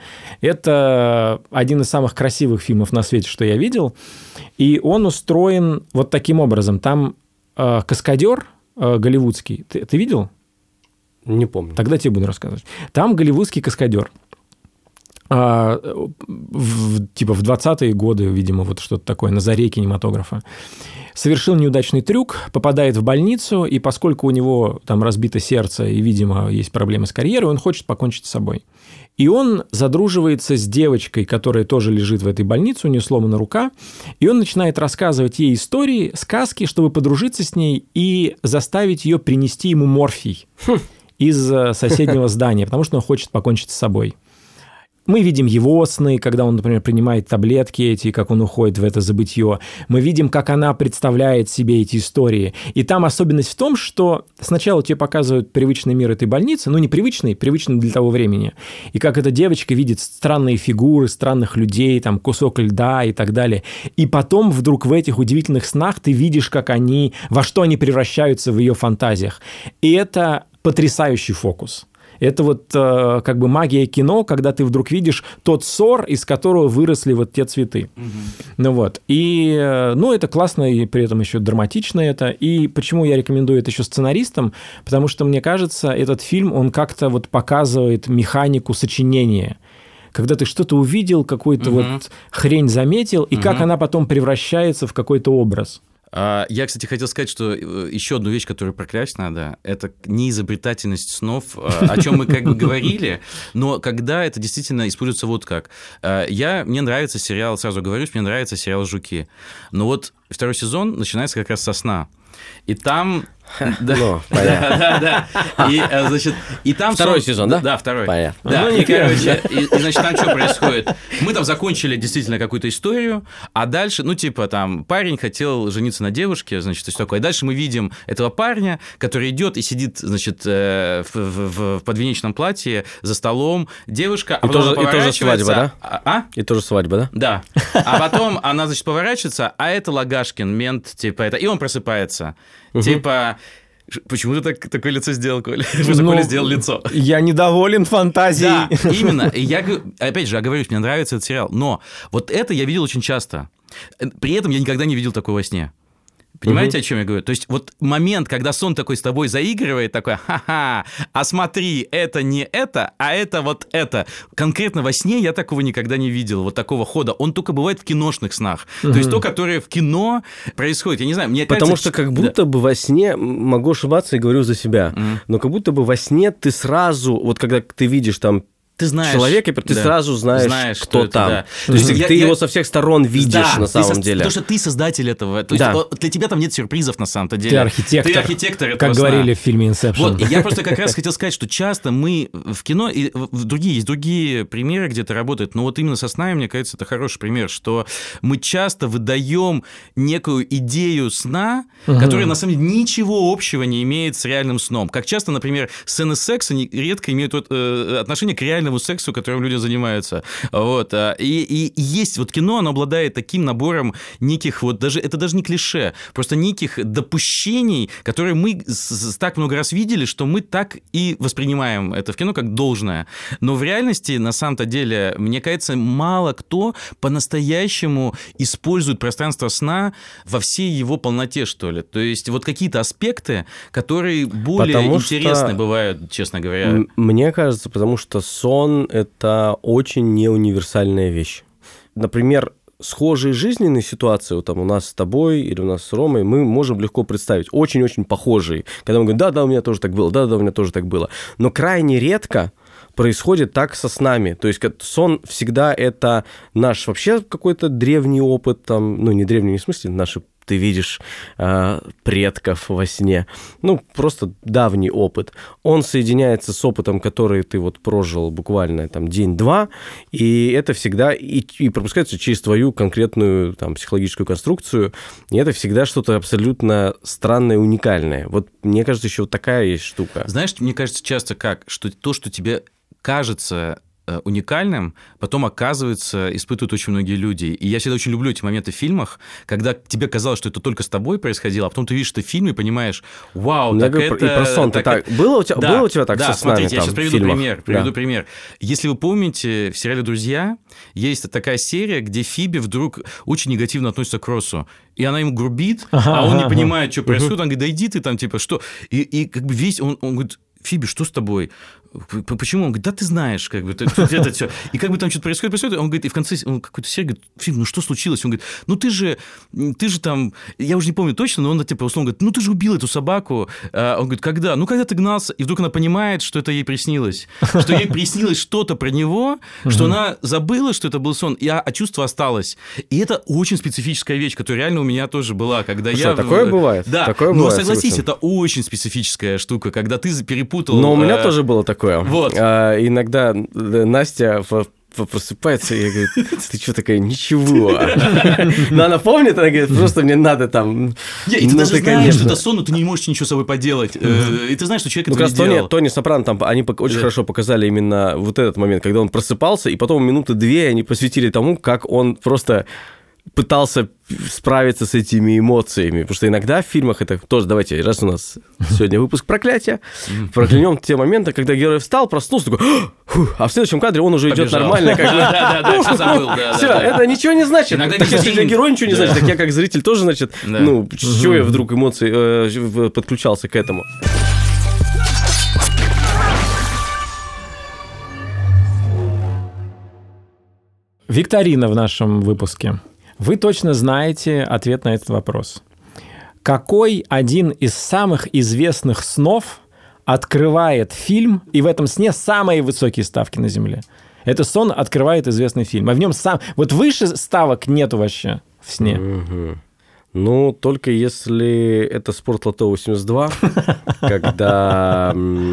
S1: Это один из самых красивых фильмов на свете, что я видел. И он устроен вот таким образом. Там каскадер голливудский. Ты видел?
S3: Не помню.
S1: Тогда тебе буду рассказывать. Там голливудский каскадер. В 20-е годы, видимо, вот что-то такое, на заре кинематографа. Совершил неудачный трюк, попадает в больницу, и поскольку у него там разбито сердце и, видимо, есть проблемы с карьерой, он хочет покончить с собой. И он задруживается с девочкой, которая тоже лежит в этой больнице, у нее сломана рука, и он начинает рассказывать ей истории, сказки, чтобы подружиться с ней и заставить ее принести ему морфий из соседнего здания, потому что он хочет покончить с собой. Мы видим его сны, когда он, например, принимает таблетки эти, как он уходит в это забытье. Мы видим, как она представляет себе эти истории. И там особенность в том, что сначала тебе показывают привычный мир этой больницы, ну, не привычный для того времени. И как эта девочка видит странные фигуры, странных людей, там, кусок льда и так далее. И потом вдруг в этих удивительных снах ты видишь, во что они превращаются в ее фантазиях. И это потрясающий фокус. Это вот как бы магия кино, когда ты вдруг видишь тот сор, из которого выросли вот те цветы. Ну вот. И, это классно, и при этом еще драматично это. И почему я рекомендую это еще сценаристам? Потому что, мне кажется, этот фильм, он как-то вот показывает механику сочинения. Когда ты что-то увидел, какую-то вот хрень заметил, и как она потом превращается в какой-то образ.
S2: Я, кстати, хотел сказать, что еще одну вещь, которую проклясть надо, это неизобретательность снов, о чем мы как бы говорили, но когда это действительно используется вот как. Мне нравится сериал, сразу говорю, мне нравится сериал «Жуки», но вот второй сезон начинается как раз со сна. И там...
S3: Да.
S2: И там...
S3: Второй сезон, да?
S2: Да, второй.
S3: Понятно.
S2: Да, и, короче, значит, там что происходит? Мы там закончили действительно какую-то историю, а дальше, там, парень хотел жениться на девушке, значит, то есть такое. Дальше мы видим этого парня, который идет и сидит, значит, в подвенечном платье за столом, девушка,
S3: и тоже свадьба, да? И тоже свадьба,
S2: да? Да. А потом она, значит, поворачивается, а это Лагашкин, мент, и он просыпается. Типа, почему ты такое лицо сделал, Коля? Коля сделал лицо.
S1: Я недоволен фантазией.
S2: Да, именно. И я, опять же, оговорюсь, мне нравится этот сериал. Но вот это я видел очень часто. При этом я никогда не видел такое во сне. Понимаете, о чем я говорю? То есть вот момент, когда сон такой с тобой заигрывает, такой, ха-ха, а смотри, это не это, а это вот это. Конкретно во сне я такого никогда не видел, вот такого хода. Он только бывает в киношных снах. То есть то, которое в кино происходит. Я не знаю, мне кажется...
S3: Потому что как будто бы во сне, могу ошибаться и говорю за себя, но как будто бы во сне ты сразу, вот когда ты видишь там
S2: ты знаешь,
S3: человека, ты сразу знаешь, кто там.
S2: Да.
S3: То есть ты его со всех сторон видишь на самом деле.
S2: Потому что ты создатель этого. То есть для тебя там нет сюрпризов на самом-то деле.
S1: Ты архитектор.
S2: Ты архитектор этого
S1: как
S2: сна.
S1: говорили в фильме «Инсепшн».
S2: Вот, я просто как раз хотел сказать, что часто мы в кино, и есть другие примеры, где это работает, но вот именно со снами, мне кажется, это хороший пример, что мы часто выдаем некую идею сна, которая на самом деле ничего общего не имеет с реальным сном. Как часто, например, сцены секса редко имеют отношение к реальному сексу, которым люди занимаются. Вот. И есть вот кино, оно обладает таким набором неких, вот даже это даже не клише, просто неких допущений, которые мы так много раз видели, что мы так и воспринимаем это в кино как должное. Но в реальности, на самом-то деле, мне кажется, мало кто по-настоящему использует пространство сна во всей его полноте, что ли. То есть вот какие-то аспекты, которые более интересны бывают, честно говоря.
S3: Мне кажется, потому что сон – это очень неуниверсальная вещь. Например, схожие жизненные ситуации вот там у нас с тобой или у нас с Ромой мы можем легко представить. Очень-очень похожие. Когда мы говорим, да, у меня тоже так было, да, у меня тоже так было. Но крайне редко происходит так со снами. То есть сон всегда это наш вообще какой-то древний опыт, там, не древний в смысле, наши ты видишь предков во сне. Просто давний опыт. Он соединяется с опытом, который ты вот прожил буквально там день-два, и это всегда и пропускается через твою конкретную там психологическую конструкцию, и это всегда что-то абсолютно странное, уникальное. Вот мне кажется, еще вот такая есть штука.
S2: Знаешь, мне кажется часто что то, что тебе кажется уникальным, потом, оказывается, испытывают очень многие люди. И я всегда очень люблю эти моменты в фильмах, когда тебе казалось, что это только с тобой происходило, а потом ты видишь это в фильме и понимаешь, вау, так это...
S3: И про сон ты так... Было у тебя так со снами?
S2: Смотрите, я сейчас приведу пример. Если вы помните, в сериале «Друзья» есть такая серия, где Фиби вдруг очень негативно относится к Россу. И она ему грубит, а он не понимает, что происходит. Он говорит, да иди ты там, типа, что? И как бы весь... Он говорит, Фиби, что с тобой? Почему? Он говорит, да ты знаешь, как бы, это все. И как бы там что-то происходит. Он говорит, и в конце он какой-то серии говорит, Фиби, что случилось? Он говорит, ты же там, я уже не помню точно, но он типа условно говорит, ты же убил эту собаку. Он говорит, когда? Когда ты гнался. И вдруг она понимает, что это ей приснилось. Что ей приснилось что-то про него, что она забыла, что это был сон, а чувство осталось. И это очень специфическая вещь, которая реально у меня тоже была, когда я...
S3: Такое бывает?
S2: Да,
S3: такое
S2: но
S3: бывает,
S2: согласись, это очень специфическая штука, когда ты перепутал...
S3: Но у меня тоже было такое.
S2: Вот.
S3: Иногда Настя в просыпается, и я говорю, ты что такая, ничего. Но она помнит, она говорит, просто мне надо там...
S2: И ты даже знаешь, что это сон, но ты не можешь ничего с собой поделать. И ты знаешь, что человек этого не делал.
S3: Тони Сопрано, там, они очень хорошо показали именно вот этот момент, когда он просыпался, и потом минуты 2 они посвятили тому, как он просто пытался справиться с этими эмоциями. Потому что иногда в фильмах это тоже, давайте, раз у нас сегодня выпуск проклятия, проклянем те моменты, когда герой встал, проснулся, такой, а в следующем кадре он уже идет нормально.
S2: Да, все забыл.
S3: Все, это ничего не значит. Так если для героя ничего не значит, так я как зритель тоже, значит, с чего я вдруг эмоции подключался к этому?
S1: Викторина в нашем выпуске. Вы точно знаете ответ на этот вопрос. Какой один из самых известных снов открывает фильм, и в этом сне самые высокие ставки на Земле? Это сон открывает известный фильм. А в нем вот выше ставок нету вообще в сне.
S3: Ну, только если это «Спортлото 82», когда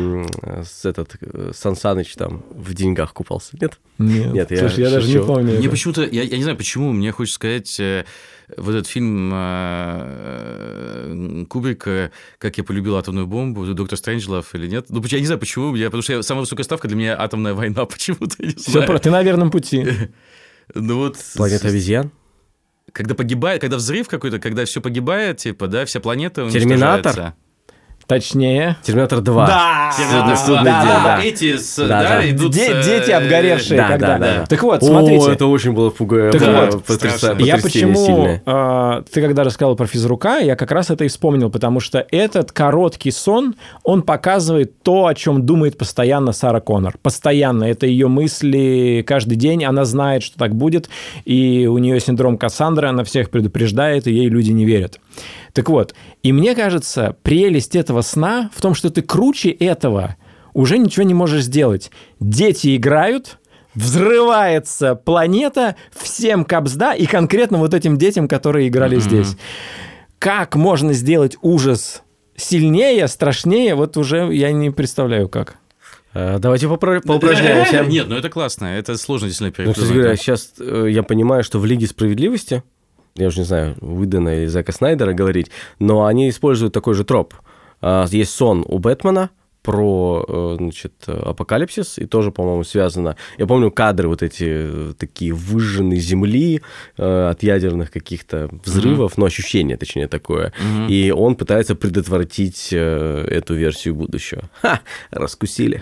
S3: Сан Саныч там в деньгах купался. Нет?
S1: Нет, слушай, я даже не помню.
S2: Мне почему-то, я не знаю почему, мне хочется сказать, вот этот фильм Кубрика «Как я полюбил атомную бомбу», «Доктор Стрэнджлов» или нет? Ну, я не знаю почему, потому что самая высокая ставка для меня «Атомная война» почему-то, не знаю.
S1: Ты на верном пути.
S3: «Планета обезьян»?
S2: Когда погибает, когда взрыв какой-то, когда все погибает, типа, да, вся планета
S3: уничтожается.
S1: «Терминатор»? Точнее.
S3: «Терминатор 2».
S1: Да!
S2: Эти идут...
S1: Дети обгоревшие.
S3: Да.
S1: Так вот, смотрите.
S3: Это очень было потрясающе.
S1: Я почему... Ты когда рассказал про физрука, я как раз это и вспомнил, потому что этот короткий сон, он показывает то, о чем думает постоянно Сара Коннор. Постоянно. Это ее мысли каждый день. Она знает, что так будет, и у нее синдром Кассандры, она всех предупреждает, и ей люди не верят. Так вот, и мне кажется, прелесть этого сна в том, что ты круче этого уже ничего не можешь сделать. Дети играют, взрывается планета, всем кабзда, и конкретно вот этим детям, которые играли здесь. Как можно сделать ужас сильнее, страшнее, вот уже я не представляю, как.
S3: Давайте поупражняемся.
S2: Нет, это классно, это сложно действительно переплюнуть.
S3: Кстати говоря, сейчас я понимаю, что в «Лиге справедливости», я уже не знаю, Уидона или Зака Снайдера говорить, но они используют такой же троп. Есть сон у Бэтмена про, значит, апокалипсис, и тоже, по-моему, связано. Я помню кадры вот эти такие выжженной земли от ядерных каких-то взрывов, ну, ощущение, точнее, такое. И он пытается предотвратить эту версию будущего. Раскусили.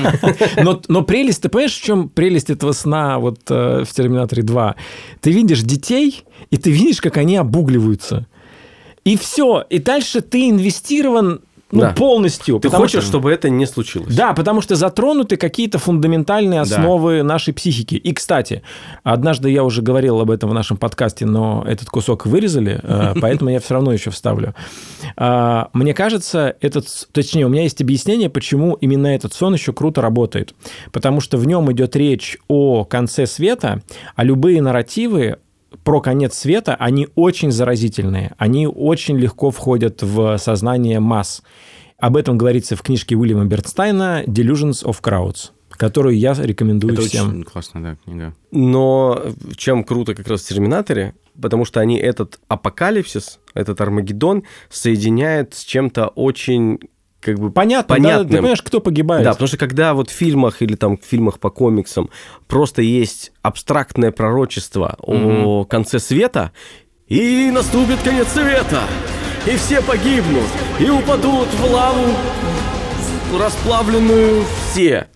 S1: Но прелесть, ты понимаешь, в чем прелесть этого сна вот в «Терминаторе 2»? Ты видишь детей, и ты видишь, как они обугливаются. И все. И дальше ты инвестирован полностью.
S3: Ты хочешь, чтобы это не случилось.
S1: Да, потому что затронуты какие-то фундаментальные основы нашей психики. И, кстати, однажды я уже говорил об этом в нашем подкасте, но этот кусок вырезали, поэтому я все равно еще вставлю. Мне кажется, точнее, у меня есть объяснение, почему именно этот сон еще круто работает. Потому что в нем идет речь о конце света, а любые нарративы про конец света, они очень заразительные, они очень легко входят в сознание масс. Об этом говорится в книжке Уильяма Бернстайна «Delusions of Crowds», которую я рекомендую всем.
S2: Это очень классная, да, книга.
S3: Но чем круто как раз в «Терминаторе», потому что они этот апокалипсис, этот Армагеддон соединяют с чем-то очень... как бы
S1: понятным. Да, ты понимаешь, кто погибает.
S3: Да, потому что когда вот в фильмах или там в фильмах по комиксам просто есть абстрактное пророчество о конце света, и наступит конец света, и все погибнут, и упадут в лаву, расплавленную все.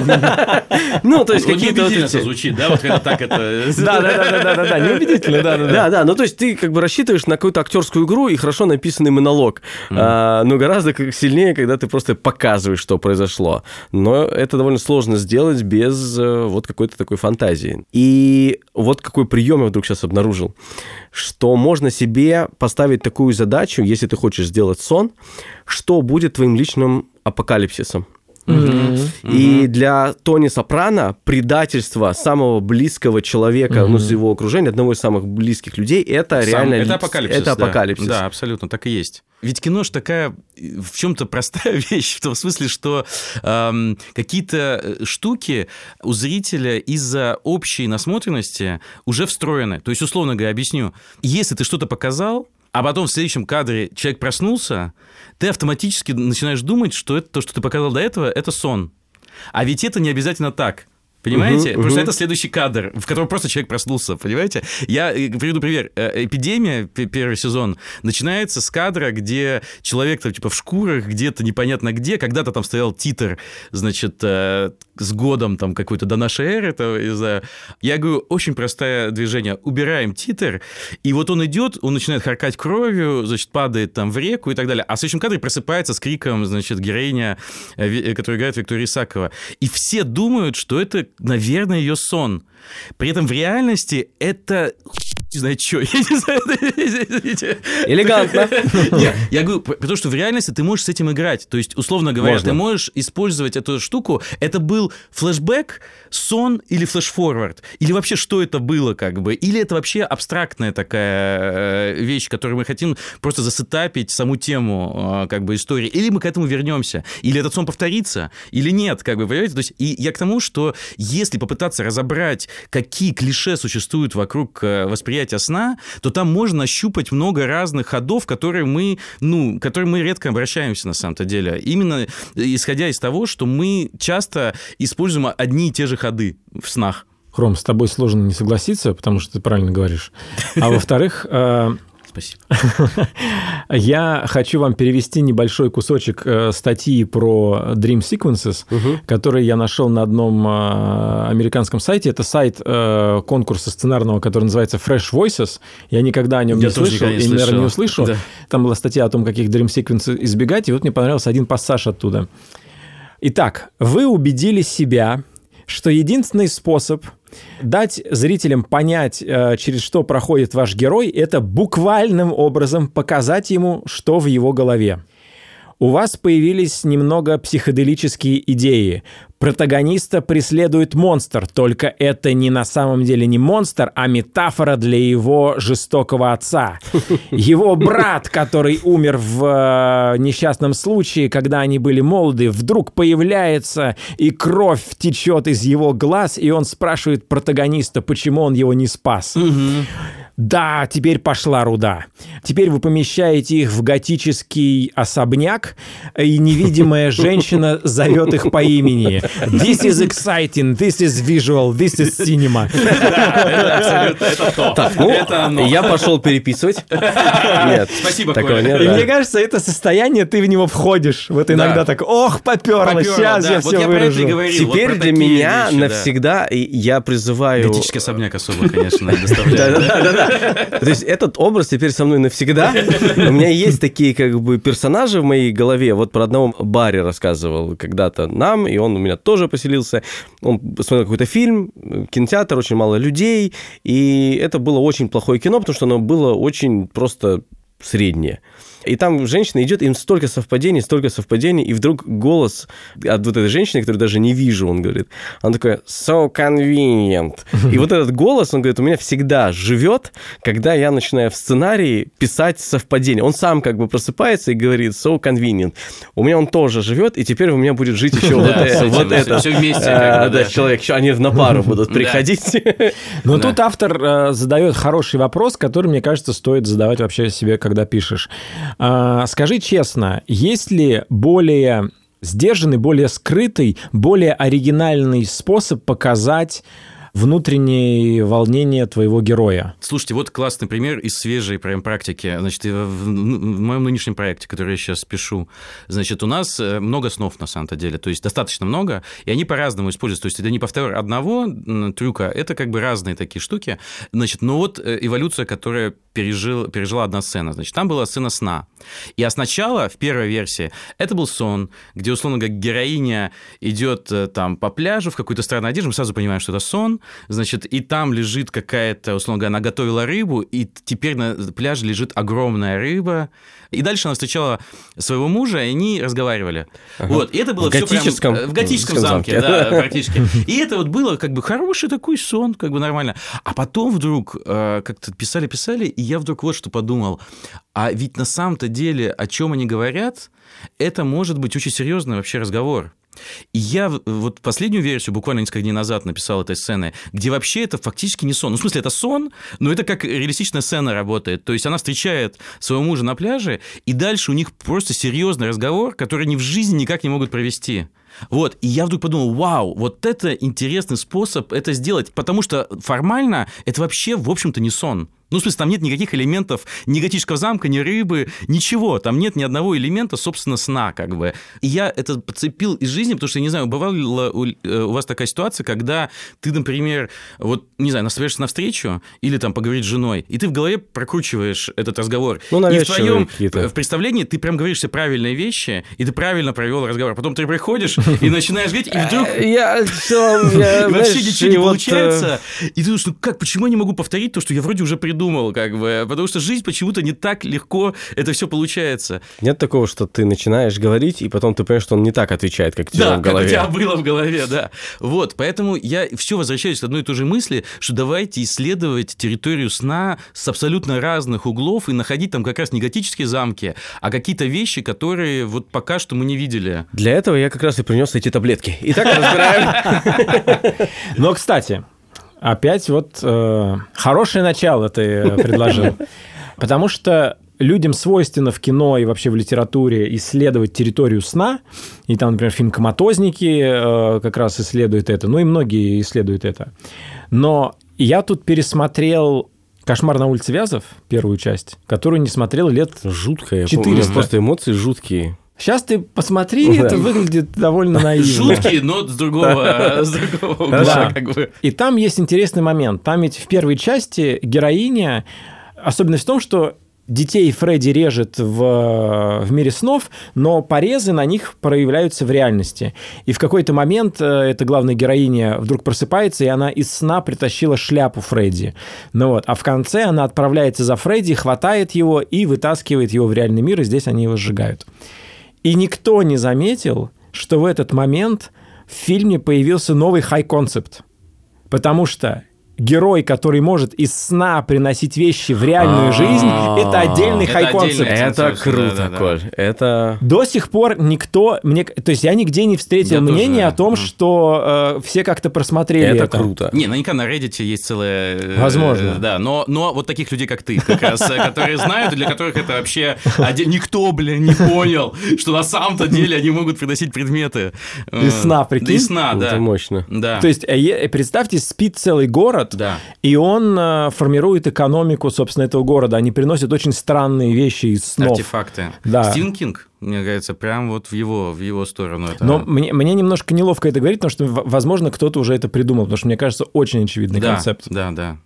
S3: Ну, то есть какие-то...
S2: Неубедительно это звучит, да? Вот когда так это...
S1: Да, неубедительно, да.
S3: Да, ну то есть ты как бы рассчитываешь на какую-то актерскую игру и хорошо написанный монолог, но гораздо сильнее, когда ты просто показываешь, что произошло. Но это довольно сложно сделать без вот какой-то такой фантазии. И вот какой прием я вдруг сейчас обнаружил, что можно себе поставить такую задачу, если ты хочешь сделать сон, что будет твоим личным апокалипсисом. И для Тони Сопрано предательство самого близкого человека, из его окружения, одного из самых близких людей, это реально...
S2: Это апокалипсис.
S3: Это апокалипсис.
S2: Да, абсолютно, так и есть. Ведь кино ж такая в чем-то простая вещь, в том смысле, что какие-то штуки у зрителя из-за общей насмотренности уже встроены. То есть, условно говоря, объясню, если ты что-то показал, а потом в следующем кадре человек проснулся, ты автоматически начинаешь думать, что это, то, что ты показал до этого, это сон. А ведь это не обязательно так. Понимаете? Потому что это следующий кадр, в котором просто человек проснулся, понимаете? Я приведу пример. «Эпидемия», первый сезон, начинается с кадра, где человек там типа в шкурах, где-то непонятно где, когда-то там стоял титр, значит, с годом там какой-то до нашей эры, это, не знаю. Я говорю, очень простое движение. Убираем титр, и вот он идет, он начинает харкать кровью, значит, падает там в реку и так далее. А в следующем кадре просыпается с криком, значит, героиня, которую играет Виктория Исакова. И все думают, что это, наверное, ее сон. При этом в реальности это... Не знаю, что. Я не знаю.
S3: Элегантно.
S2: Нет, я говорю, потому что в реальности ты можешь с этим играть. То есть, условно говоря, ты можешь использовать эту штуку. Это был флешбэк, сон или флешфорвард? Или вообще что это было как бы? Или это вообще абстрактная такая вещь, которую мы хотим просто засетапить саму тему как бы истории? Или мы к этому вернемся? Или этот сон повторится? Или нет? Как бы, понимаете? То есть, и я к тому, что если попытаться разобрать, какие клише существуют вокруг восприятия сна, то там можно нащупать много разных ходов, которые мы редко обращаемся на самом-то деле. Именно исходя из того, что мы часто используем одни и те же ходы в снах.
S1: Ром, с тобой сложно не согласиться, потому что ты правильно говоришь. А во-вторых...
S2: Спасибо.
S1: Я хочу вам перевести небольшой кусочек статьи про Dream Sequences, который я нашел на одном американском сайте. Это сайт конкурса сценарного, который называется Fresh Voices. Я никогда о нем не слышал и, наверное, не услышу. Да. Там была статья о том, каких Dream Sequences избегать, и вот мне понравился один пассаж оттуда. Итак, вы убедили себя, что единственный способ дать зрителям понять, через что проходит ваш герой, это буквальным образом показать ему, что в его голове. У вас появились немного психоделические идеи. Протагониста преследует монстр, только это не на самом деле не монстр, а метафора для его жестокого отца. Его брат, который умер в несчастном случае, когда они были молоды, вдруг появляется, и кровь течет из его глаз, и он спрашивает протагониста, почему он его не спас. Да, теперь пошла руда. Теперь вы помещаете их в готический особняк, и невидимая женщина зовет их по имени. This is exciting, this is visual, this is cinema.
S2: Это то.
S3: Это оно. Я пошел переписывать. Нет.
S2: Спасибо,
S3: Коля.
S2: Коля.
S1: И мне кажется, это состояние, ты в него входишь. Вот иногда так, ох, поперло, сейчас я все выражу.
S3: Теперь для меня навсегда я призываю...
S2: Готический особняк особо, конечно, доставляет.
S3: Да. То есть этот образ теперь со мной навсегда. У меня есть такие как бы персонажи в моей голове. Вот про одного Барри рассказывал когда-то нам, и он у меня тоже поселился. Он посмотрел какой-то фильм, кинотеатр, очень мало людей, и это было очень плохое кино, потому что оно было очень просто среднее. И там женщина идет, им столько совпадений, и вдруг голос от вот этой женщины, которую даже не вижу, он говорит, он такой, so convenient. И вот этот голос, он говорит, у меня всегда живет, когда я начинаю в сценарии писать совпадения. Он сам как бы просыпается и говорит, so convenient. У меня он тоже живет, и теперь у меня будет жить еще вот это.
S2: Все вместе.
S3: Человек, они на пару будут приходить.
S1: Но тут автор задает хороший вопрос, который, мне кажется, стоит задавать вообще себе, когда пишешь. Скажи честно, есть ли более сдержанный, более скрытый, более оригинальный способ показать внутреннее волнение твоего героя?
S2: Слушайте, вот классный пример из свежей прям практики. Значит, в моем нынешнем проекте, который я сейчас пишу, значит, у нас много снов на самом-то деле, то есть достаточно много, и они по-разному используются. То есть это не повтор одного трюка, это как бы разные такие штуки. Значит, но вот эволюция, которая пережила одна сцена. Значит, там была сцена сна. И сначала, в первой версии, это был сон, где, условно говоря, героиня идет там по пляжу в какой-то странной одежде, мы сразу понимаем, что это сон, значит, и там лежит какая-то, условно говоря, она готовила рыбу, и теперь на пляже лежит огромная рыба. И дальше она встречала своего мужа, и они разговаривали. Вот, и это было все прям в готическом замке, да, практически. И это вот было как бы хороший такой сон, как бы нормально. А потом вдруг как-то писали, и я вдруг вот что подумал. А ведь на самом-то деле, о чем они говорят, это может быть очень серьезный вообще разговор. И я вот последнюю версию буквально несколько дней назад написал этой сцены, где вообще это фактически не сон. Ну, в смысле, это сон, но это как реалистичная сцена работает. То есть она встречает своего мужа на пляже, и дальше у них просто серьезный разговор, который они в жизни никак не могут провести. Вот, и я вдруг подумал, вау, вот это интересный способ это сделать, потому что формально это вообще, в общем-то, не сон. Ну, в смысле, там нет никаких элементов ни готического замка, ни рыбы, ничего. Там нет ни одного элемента, собственно, сна, как бы. И я это подцепил из жизни, потому что, я не знаю, бывала ли у вас такая ситуация, когда ты, например, вот, не знаю, настраиваешься на встречу или там поговорить с женой, и ты в голове прокручиваешь этот разговор. Ну, и в твоем представлении ты прям говоришь все правильные вещи, и ты правильно провел разговор. Потом ты приходишь и начинаешь говорить, и вдруг вообще ничего не получается. И ты думаешь, ну как, почему я не могу повторить то, что я вроде уже придумал, как бы, потому что жизнь почему-то не так легко это все получается.
S3: Нет такого, что ты начинаешь говорить, и потом ты понимаешь, что он не так отвечает, как тебе в голове.
S2: Да, как у тебя было в голове, да. Вот, поэтому я все возвращаюсь к одной и той же мысли, что давайте исследовать территорию сна с абсолютно разных углов и находить там как раз не готические замки, а какие-то вещи, которые вот пока что мы не видели.
S3: Для этого я как раз и принес эти таблетки. Итак, разбираем.
S1: Но, кстати, опять вот хорошее начало ты предложил. Потому что людям свойственно в кино и вообще в литературе исследовать территорию сна. И там, например, фильм «Коматозники» как раз исследует это. Ну и многие исследуют это. Но я тут пересмотрел «Кошмар на улице Вязов», первую часть, которую не смотрел лет 400.
S3: Жуткая. Я помню, просто эмоции жуткие.
S1: Сейчас ты посмотри, это выглядит довольно наивно.
S2: Жуткие, но с другого угла, как бы.
S1: И там есть интересный момент. Там ведь в первой части героиня... Особенность в том, что детей Фредди режет в мире снов, но порезы на них проявляются в реальности. И в какой-то момент эта главная героиня вдруг просыпается, и она из сна притащила шляпу Фредди. Ну вот. А в конце она отправляется за Фредди, хватает его и вытаскивает его в реальный мир, и здесь они его сжигают. И никто не заметил, что в этот момент в фильме появился новый хай-концепт. Потому что герой, который может из сна приносить вещи в реальную жизнь, это отдельный хай-концепт.
S3: Это круто, Коль. Это...
S1: До сих пор никто... То есть я нигде не встретил мнения о том, что все как-то просмотрели это.
S3: Круто.
S2: Не, наверняка на Reddit есть целая...
S1: Возможно.
S2: Да, но вот таких людей, как ты, как раз, которые знают, и для которых это вообще... Никто, не понял, что на самом-то деле они могут приносить предметы.
S1: Из сна, прикинь?
S2: Из сна, да.
S3: Это мощно.
S2: Да.
S1: То есть представьте, спит целый город,
S2: да.
S1: И он формирует экономику, собственно, этого города. Они приносят очень странные вещи из снов.
S2: Артефакты.
S1: Да.
S2: Стивен Кинг, мне кажется, прям вот в его сторону. Это...
S1: Но мне немножко неловко это говорить, потому что, возможно, кто-то уже это придумал, потому что, мне кажется, очень очевидный концепт.
S2: Да.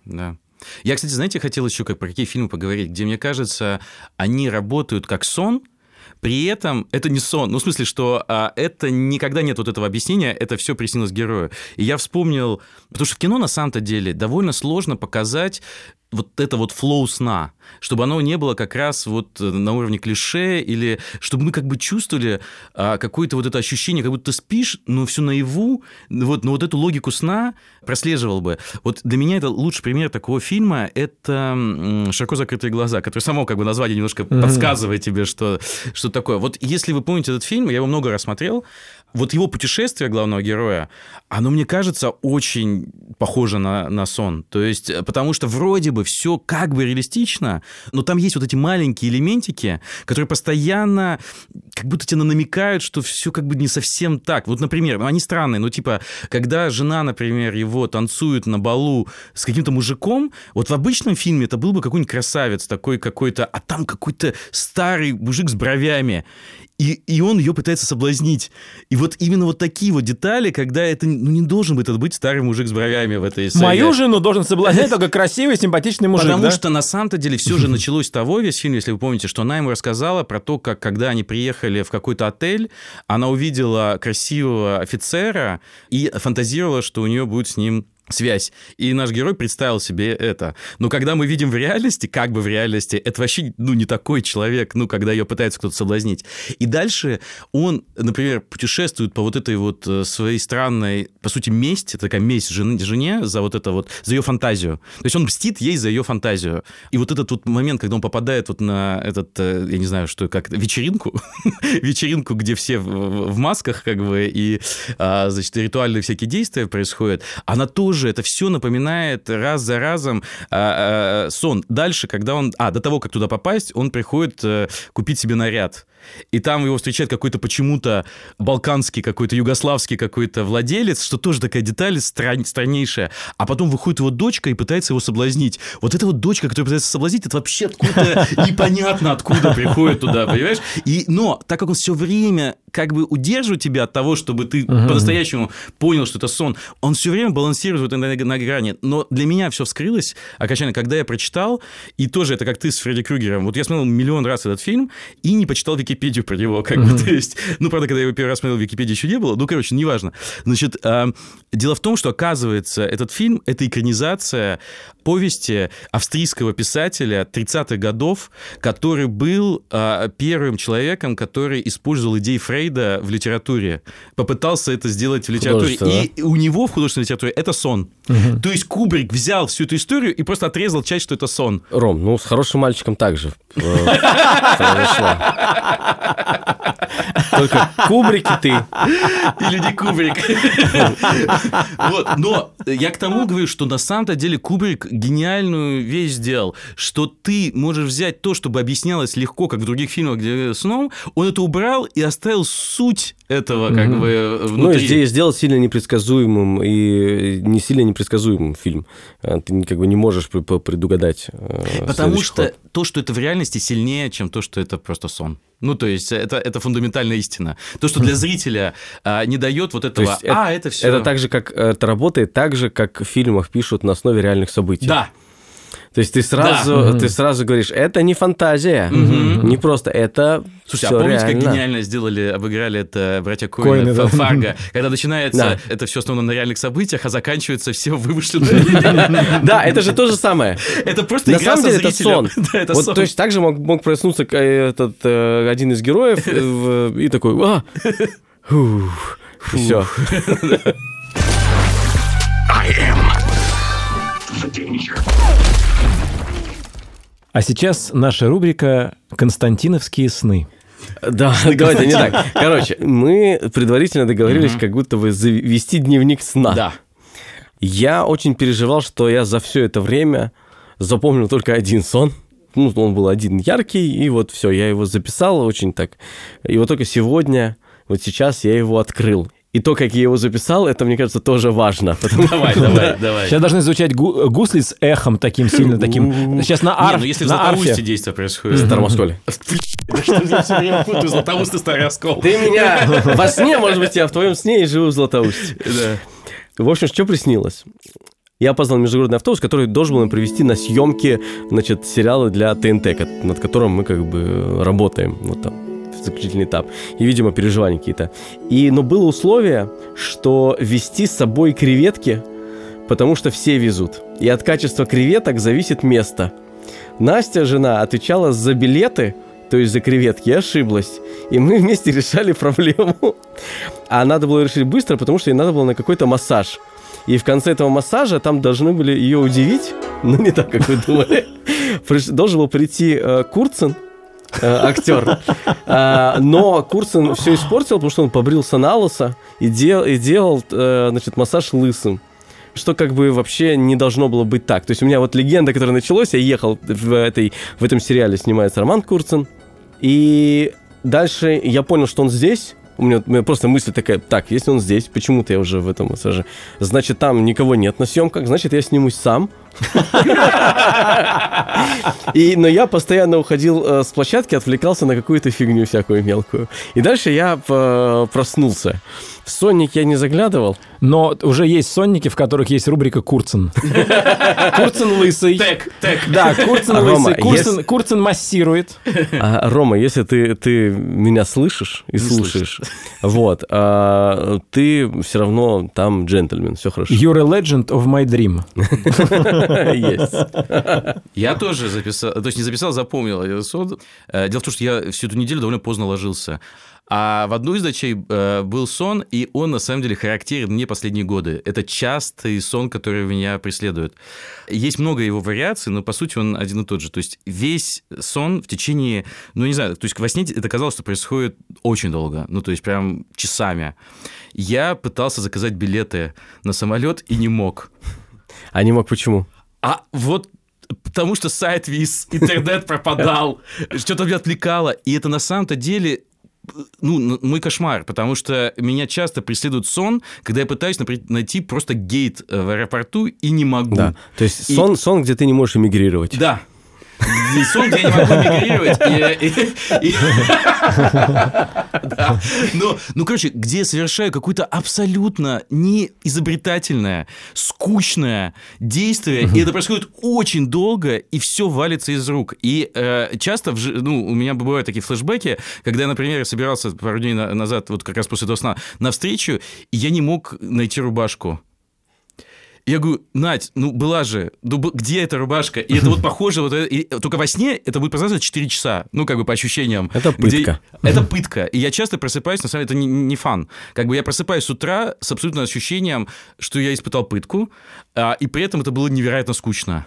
S2: Я, кстати, знаете, хотел еще про какие фильмы поговорить, где, мне кажется, они работают как сон. При этом это не сон. Ну, в смысле, что это никогда нет вот этого объяснения, это все приснилось герою. И я вспомнил, потому что в кино на самом-то деле довольно сложно показать вот это вот флоу сна, чтобы оно не было как раз вот на уровне клише, или чтобы мы как бы чувствовали какое-то вот это ощущение, как будто ты спишь, но все наяву, вот, но вот эту логику сна прослеживал бы. Вот для меня это лучший пример такого фильма, это «Широко закрытые глаза», который само как бы название немножко подсказывает тебе, что такое. Вот если вы помните этот фильм, я его много раз смотрел, вот его путешествие главного героя, оно, мне кажется, очень похоже на сон. То есть, потому что вроде бы все как бы реалистично, но там есть вот эти маленькие элементики, которые постоянно как будто тебе намекают, что все как бы не совсем так. Вот, например, они странные, но типа, когда жена, например, его танцует на балу с каким-то мужиком, вот в обычном фильме это был бы какой-нибудь красавец такой какой-то, а там какой-то старый мужик с бровями. И он ее пытается соблазнить. И вот именно вот такие вот детали, когда это не должен быть старый мужик с бровями в этой сцене.
S1: Мою жену должен соблазнять только красивый, симпатичный мужик,
S2: Потому что на самом-то деле все же началось с того, весь фильм, если вы помните, что она ему рассказала про то, как когда они приехали в какой-то отель, она увидела красивого офицера и фантазировала, что у нее будет с ним связь. И наш герой представил себе это. Но когда мы видим в реальности, как бы в реальности, это вообще, не такой человек, когда ее пытается кто-то соблазнить. И дальше он, например, путешествует по вот этой вот своей странной, по сути, месть, это такая месть жене за вот это вот, за ее фантазию. То есть он мстит ей за ее фантазию. И вот этот вот момент, когда он попадает вот на этот, я не знаю, что, как вечеринку, где все в масках, как бы, и, значит, ритуальные всякие действия происходят, она тоже это все напоминает раз за разом сон. Дальше, когда он... до того, как туда попасть, он приходит купить себе наряд. И там его встречает какой-то почему-то балканский какой-то, югославский какой-то владелец, что тоже такая деталь страннейшая. А потом выходит его дочка и пытается его соблазнить. Вот эта вот дочка, которая пытается соблазнить, это вообще откуда непонятно откуда приходит туда, понимаешь? Но так как он все время как бы удерживает тебя от того, чтобы ты по-настоящему понял, что это сон, он все время балансирует на грани. Но для меня все вскрылось окончательно, когда я прочитал, и тоже это как ты с Фредди Крюгером. Вот я смотрел миллион раз этот фильм и не почитал Википедию про него, как бы, то есть, правда, когда я его первый раз смотрел, Википедии еще не было, неважно. Значит, дело в том, что, оказывается, этот фильм – это экранизация повести австрийского писателя 30-х годов, который был первым человеком, который использовал идеи Фрейда в литературе, попытался это сделать в литературе, и у него в художественной литературе это сон. То есть Кубрик взял всю эту историю и просто отрезал часть, что это сон.
S3: Ром, с хорошим мальчиком также произошло. Только Кубрик и ты.
S2: И люди Кубрик. Но я к тому говорю, что на самом-то деле Кубрик гениальную вещь сделал, что ты можешь взять то, чтобы объяснялось легко, как в других фильмах, где сном, он это убрал и оставил суть этого как бы внутри.
S3: Здесь сделать сильно непредсказуемым и не сильно непредсказуемым фильм. Ты как бы не можешь предугадать.
S2: Потому что то, что это в реальности, сильнее, чем то, что это просто сон. То есть это фундаментальная истина. То, что для зрителя не дает вот этого. Это все.
S3: Это так же, как это работает, так же, как в фильмах пишут на основе реальных событий.
S2: Да.
S3: То есть ты сразу говоришь, это не фантазия, не просто, это
S2: Слушай,
S3: всё
S2: помните,
S3: реально.
S2: как гениально обыграли это братья Коэны в «Фарго», когда начинается это все основано на реальных событиях, а заканчивается все вымышленное.
S3: Да, это же то же самое.
S2: Это просто игра со зрителем.
S3: На самом деле это сон. Вот точно так же мог проснуться один из героев и такой, все.
S1: А сейчас наша рубрика «Константиновские сны».
S3: Да, давайте не так. Короче, мы предварительно договорились как будто бы завести дневник сна.
S2: Да.
S3: Я очень переживал, что я за все это время запомнил только один сон. Он был один яркий, и вот все, я его записал очень так. И вот только сегодня, вот сейчас я его открыл. И то, как я его записал, это, мне кажется, тоже важно.
S2: Давай.
S1: Сейчас должны звучать гусли с эхом таким сильно таким. Сейчас на арфе.
S2: Если в Златоусте действие происходит.
S3: Старомосколе.
S2: Что я все время путаю Златоуст и Старый Оскол.
S3: Ты меня во сне, может быть, я в твоем сне и живу в Златоусте. В общем, что приснилось? Я позвал международный автобус, который должен был привезти на съемки, сериала для ТНТ, над которым мы как бы работаем. Вот там. Заключительный этап. И, видимо, переживания какие-то. Но было условие, что везти с собой креветки, потому что все везут. И от качества креветок зависит место. Настя, жена, отвечала за билеты, то есть за креветки, и ошиблась. И мы вместе решали проблему. А надо было решить быстро, потому что ей надо было на какой-то массаж. И в конце этого массажа там должны были ее удивить, не так, как вы думали. Должен был прийти Курцин, актер. Но Курцин все испортил, потому что он побрился на лысо и делал массаж лысым. Что как бы вообще не должно было быть так. То есть у меня вот легенда, которая началась, я ехал в этом сериале, снимается Роман Курцин, и дальше я понял, что он здесь. У меня просто мысль такая, так, если он здесь, почему-то я уже в этом массаже, значит, там никого нет на съемках, значит, я снимусь сам. Но я постоянно уходил с площадки, отвлекался на какую-то фигню всякую мелкую. И дальше я проснулся. В сонник я не заглядывал.
S1: Но уже есть сонники, в которых есть рубрика «Курцин». Курцин лысый.
S2: Тег.
S1: Да, Курцин лысый. Курцин массирует.
S3: Рома, если ты меня слышишь и слушаешь, вот, ты все равно там джентльмен, все хорошо.
S1: You're a legend of my dream.
S3: Есть.
S2: Я тоже записал, то есть не записал, запомнил этот сон. Дело в том, что я всю эту неделю довольно поздно ложился. А в одну из ночей был сон, и он, на самом деле, характерен мне последние годы. Это частый сон, который меня преследует. Есть много его вариаций, но, по сути, он один и тот же. То есть весь сон в течение, ну, не знаю, то есть во сне это казалось, что происходит очень долго, ну, то есть прям часами. Я пытался заказать билеты на самолет и не мог.
S3: А не мог почему?
S2: А вот потому что сайт вис, интернет пропадал, что-то меня отвлекало. И это на самом-то деле... Ну, мой кошмар, потому что меня часто преследует сон, когда я пытаюсь найти просто гейт в аэропорту и не могу.
S3: Да, то есть сон, где ты не можешь эмигрировать.
S2: Да. Сон, где я не могу эмигрировать. Ну, короче, где я совершаю какое-то абсолютно неизобретательное, скучное действие, и это происходит очень долго, и все валится из рук. И часто, у меня бывают такие флешбеки, когда я, например, собирался пару дней назад, вот как раз после этого сна, на встречу, и я не мог найти рубашку. Я говорю, Надь, была же, где эта рубашка? И это вот похоже, только во сне это будет продолжаться 4 часа, по ощущениям.
S3: Это пытка.
S2: Это пытка. И я часто просыпаюсь, на самом деле, это не фан. Я просыпаюсь с утра с абсолютным ощущением, что я испытал пытку, и при этом это было невероятно скучно.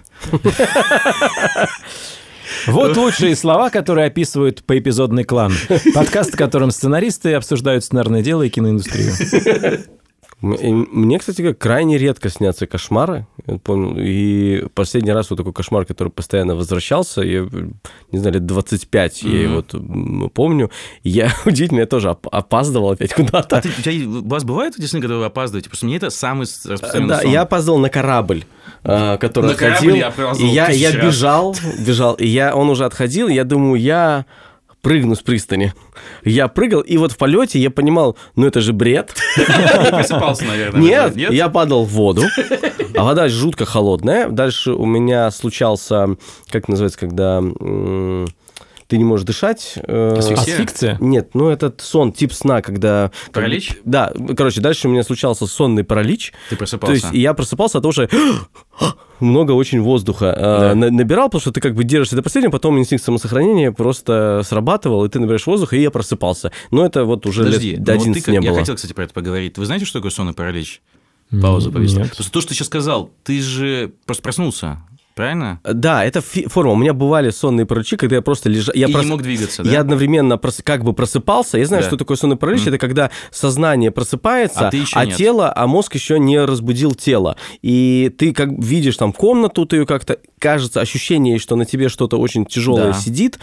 S1: Вот лучшие слова, которые описывают поэпизодный клан. Подкаст, в котором сценаристы обсуждают сценарное дело и киноиндустрию.
S3: Мне, кстати, крайне редко снятся кошмары. Я помню, и последний раз вот такой кошмар, который постоянно возвращался, я, не знаю, лет 25, я его помню. Я, удивительно, я тоже опаздывал опять куда-то.
S2: У вас бывают эти сны, когда вы опаздываете? Просто мне это самый распространенный сон.
S3: Да, я опоздал на корабль, который отходил. И я бежал, и он уже отходил, и я думаю, я прыгну с пристани. Я прыгал, и вот в полете я понимал, это же бред.
S2: Ты просыпался, наверное.
S3: Нет, я падал в воду, а вода жутко холодная. Дальше у меня случался, как называется, когда ты не можешь дышать.
S1: Асфиксия?
S3: Нет, этот сон, тип сна, когда...
S2: Паралич?
S3: Да, дальше у меня случался сонный паралич.
S2: Ты просыпался?
S3: То есть я просыпался от того, что много очень воздуха набирал, потому что ты держишься до последнего, потом инстинкт самосохранения просто срабатывал, и ты набираешь воздуха, и я просыпался. Но это вот уже лет до 11 не было.
S2: Я хотел, кстати, про это поговорить. Вы знаете, что такое сонный паралич? Пауза повисла. Просто то, что ты сейчас сказал, ты же просто проснулся. Правильно?
S3: Да, это форма. У меня бывали сонные параличи, когда я просто лежал...
S2: Не мог двигаться, да?
S3: Я одновременно просыпался. Я знаю, что такое сонный паралич. Это когда сознание просыпается, а мозг еще не разбудил тело. И ты видишь комнату, ты ее как-то... Кажется, ощущение, что на тебе что-то очень тяжелое сидит,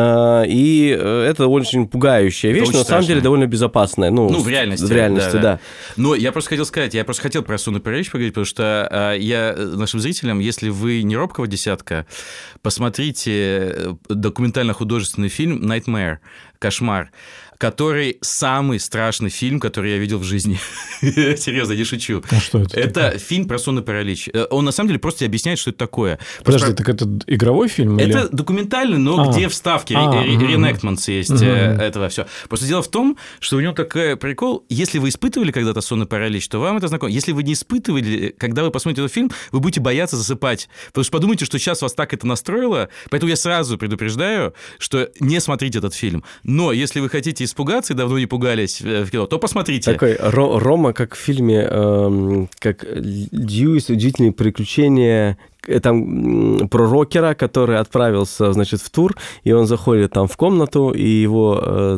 S3: и это очень пугающая вещь, но на самом деле довольно безопасная. В реальности. В реальности, да.
S2: Но я просто хотел про сонный паралич поговорить, потому что я нашим зрителям, если вы не робкого десятка, посмотрите документально-художественный фильм «Nightmare», «Кошмар», который самый страшный фильм, который я видел в жизни. Серьезно, не шучу.
S1: А что это?
S2: Это фильм про сонный паралич. Он, на самом деле, просто объясняет, что это такое.
S1: Подожди, так это игровой фильм?
S2: Это документальный, но где вставки, reenactments есть этого все. Просто дело в том, что у него такой прикол, если вы испытывали когда-то сонный паралич, то вам это знакомо. Если вы не испытывали, когда вы посмотрите этот фильм, вы будете бояться засыпать. Потому что подумайте, что сейчас вас так это настроило. Поэтому я сразу предупреждаю, что не смотрите этот фильм. Но если вы хотите испугаться и давно не пугались в кино, то посмотрите.
S3: Такой Рома, как в фильме, как Дьюис, удивительные приключения, там про рокера, который отправился, в тур, и он заходит в комнату, и его,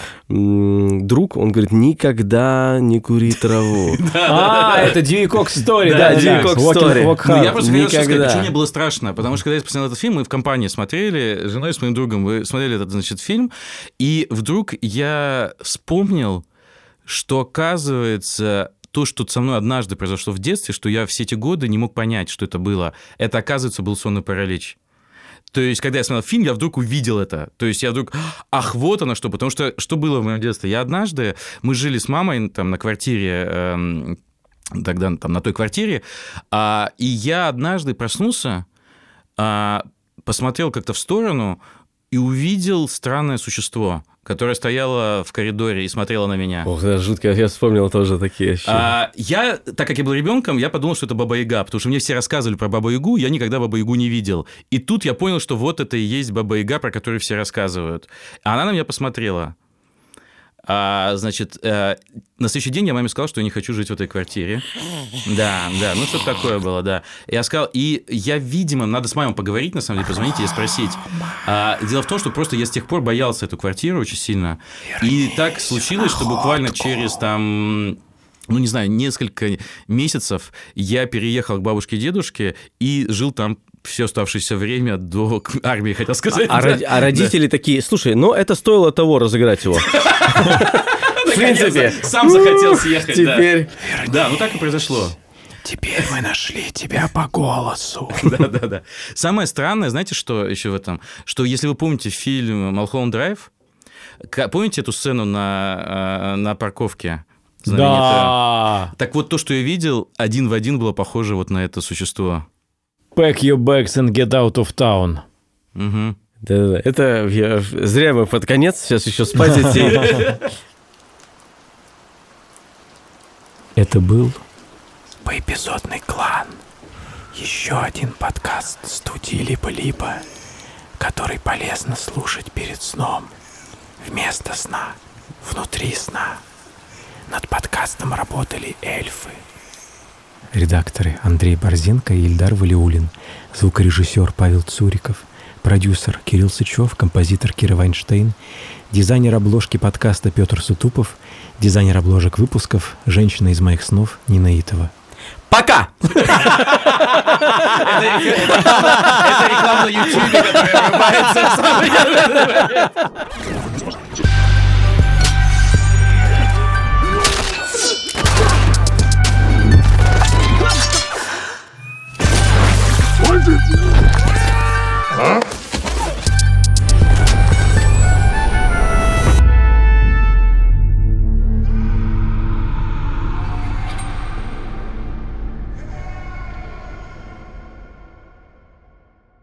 S3: друг, он говорит, никогда не кури траву.
S1: Это Дьюи Кокс Стори.
S3: Да, Дьюи Кокс Стори.
S2: Я просто хотел сказать, почему мне было страшно, потому что когда я посмотрел этот фильм, мы в компании смотрели, с женой и с моим другом, мы смотрели этот, фильм, и вдруг я вспомнил, что, оказывается, то, что со мной однажды произошло в детстве, что я все эти годы не мог понять, что это было, это, оказывается, был сонный паралич. То есть, когда я смотрел фильм, я вдруг увидел это. То есть, я вдруг, ах, вот оно что. Потому что было в моем детстве? Я однажды, мы жили с мамой там на квартире, тогда там на той квартире, и я однажды проснулся, посмотрел как-то в сторону и увидел странное существо, которое стояло в коридоре и смотрело на меня.
S3: Ох, да, жутко, я вспомнил тоже такие ощущения.
S2: Так как я был ребенком, я подумал, что это Баба-Яга, потому что мне все рассказывали про Бабу-Ягу, я никогда Бабу-Ягу не видел. И тут я понял, что вот это и есть Баба-Яга, про которую все рассказывают. А она на меня посмотрела. Значит, на следующий день я маме сказал, что я не хочу жить в этой квартире. Да, ну что-то такое было, да. Я сказал, и я, видимо, надо с мамой поговорить, на самом деле, позвонить и спросить. Дело в том, что просто я с тех пор боялся эту квартиру очень сильно. И так случилось, что буквально через там... ну, не знаю, несколько месяцев я переехал к бабушке и дедушке и жил там все оставшееся время до армии, хотел сказать.
S3: А родители такие, слушай, ну, это стоило того разыграть его. В принципе.
S2: Сам захотел съехать.
S3: Теперь.
S2: Да, ну так и произошло.
S1: Теперь мы нашли тебя по голосу.
S2: Да. Самое странное, знаете, что еще в этом? Что если вы помните фильм «Малхолланд Драйв», помните эту сцену на парковке?
S1: Да.
S2: Так вот, то, что я видел, один в один было похоже вот на это существо.
S1: Pack your bags and get out of town.
S2: Угу.
S3: Да. Это зря мы под конец сейчас еще спать идти.
S1: Это был поэпизодный клан. Еще один подкаст студии Липа-Липа, который полезно слушать перед сном. Вместо сна, внутри сна. Над подкастом работали эльфы. Редакторы Андрей Борзенко и Ильдар Валиулин. Звукорежиссер Павел Цуриков. Продюсер Кирилл Сычев. Композитор Кира Вайнштейн. Дизайнер обложки подкаста Петр Сутупов. Дизайнер обложек выпусков «Женщина из моих снов» Нина Итова.
S3: Пока!
S2: Это реклама на YouTube, которая врубается.
S4: А?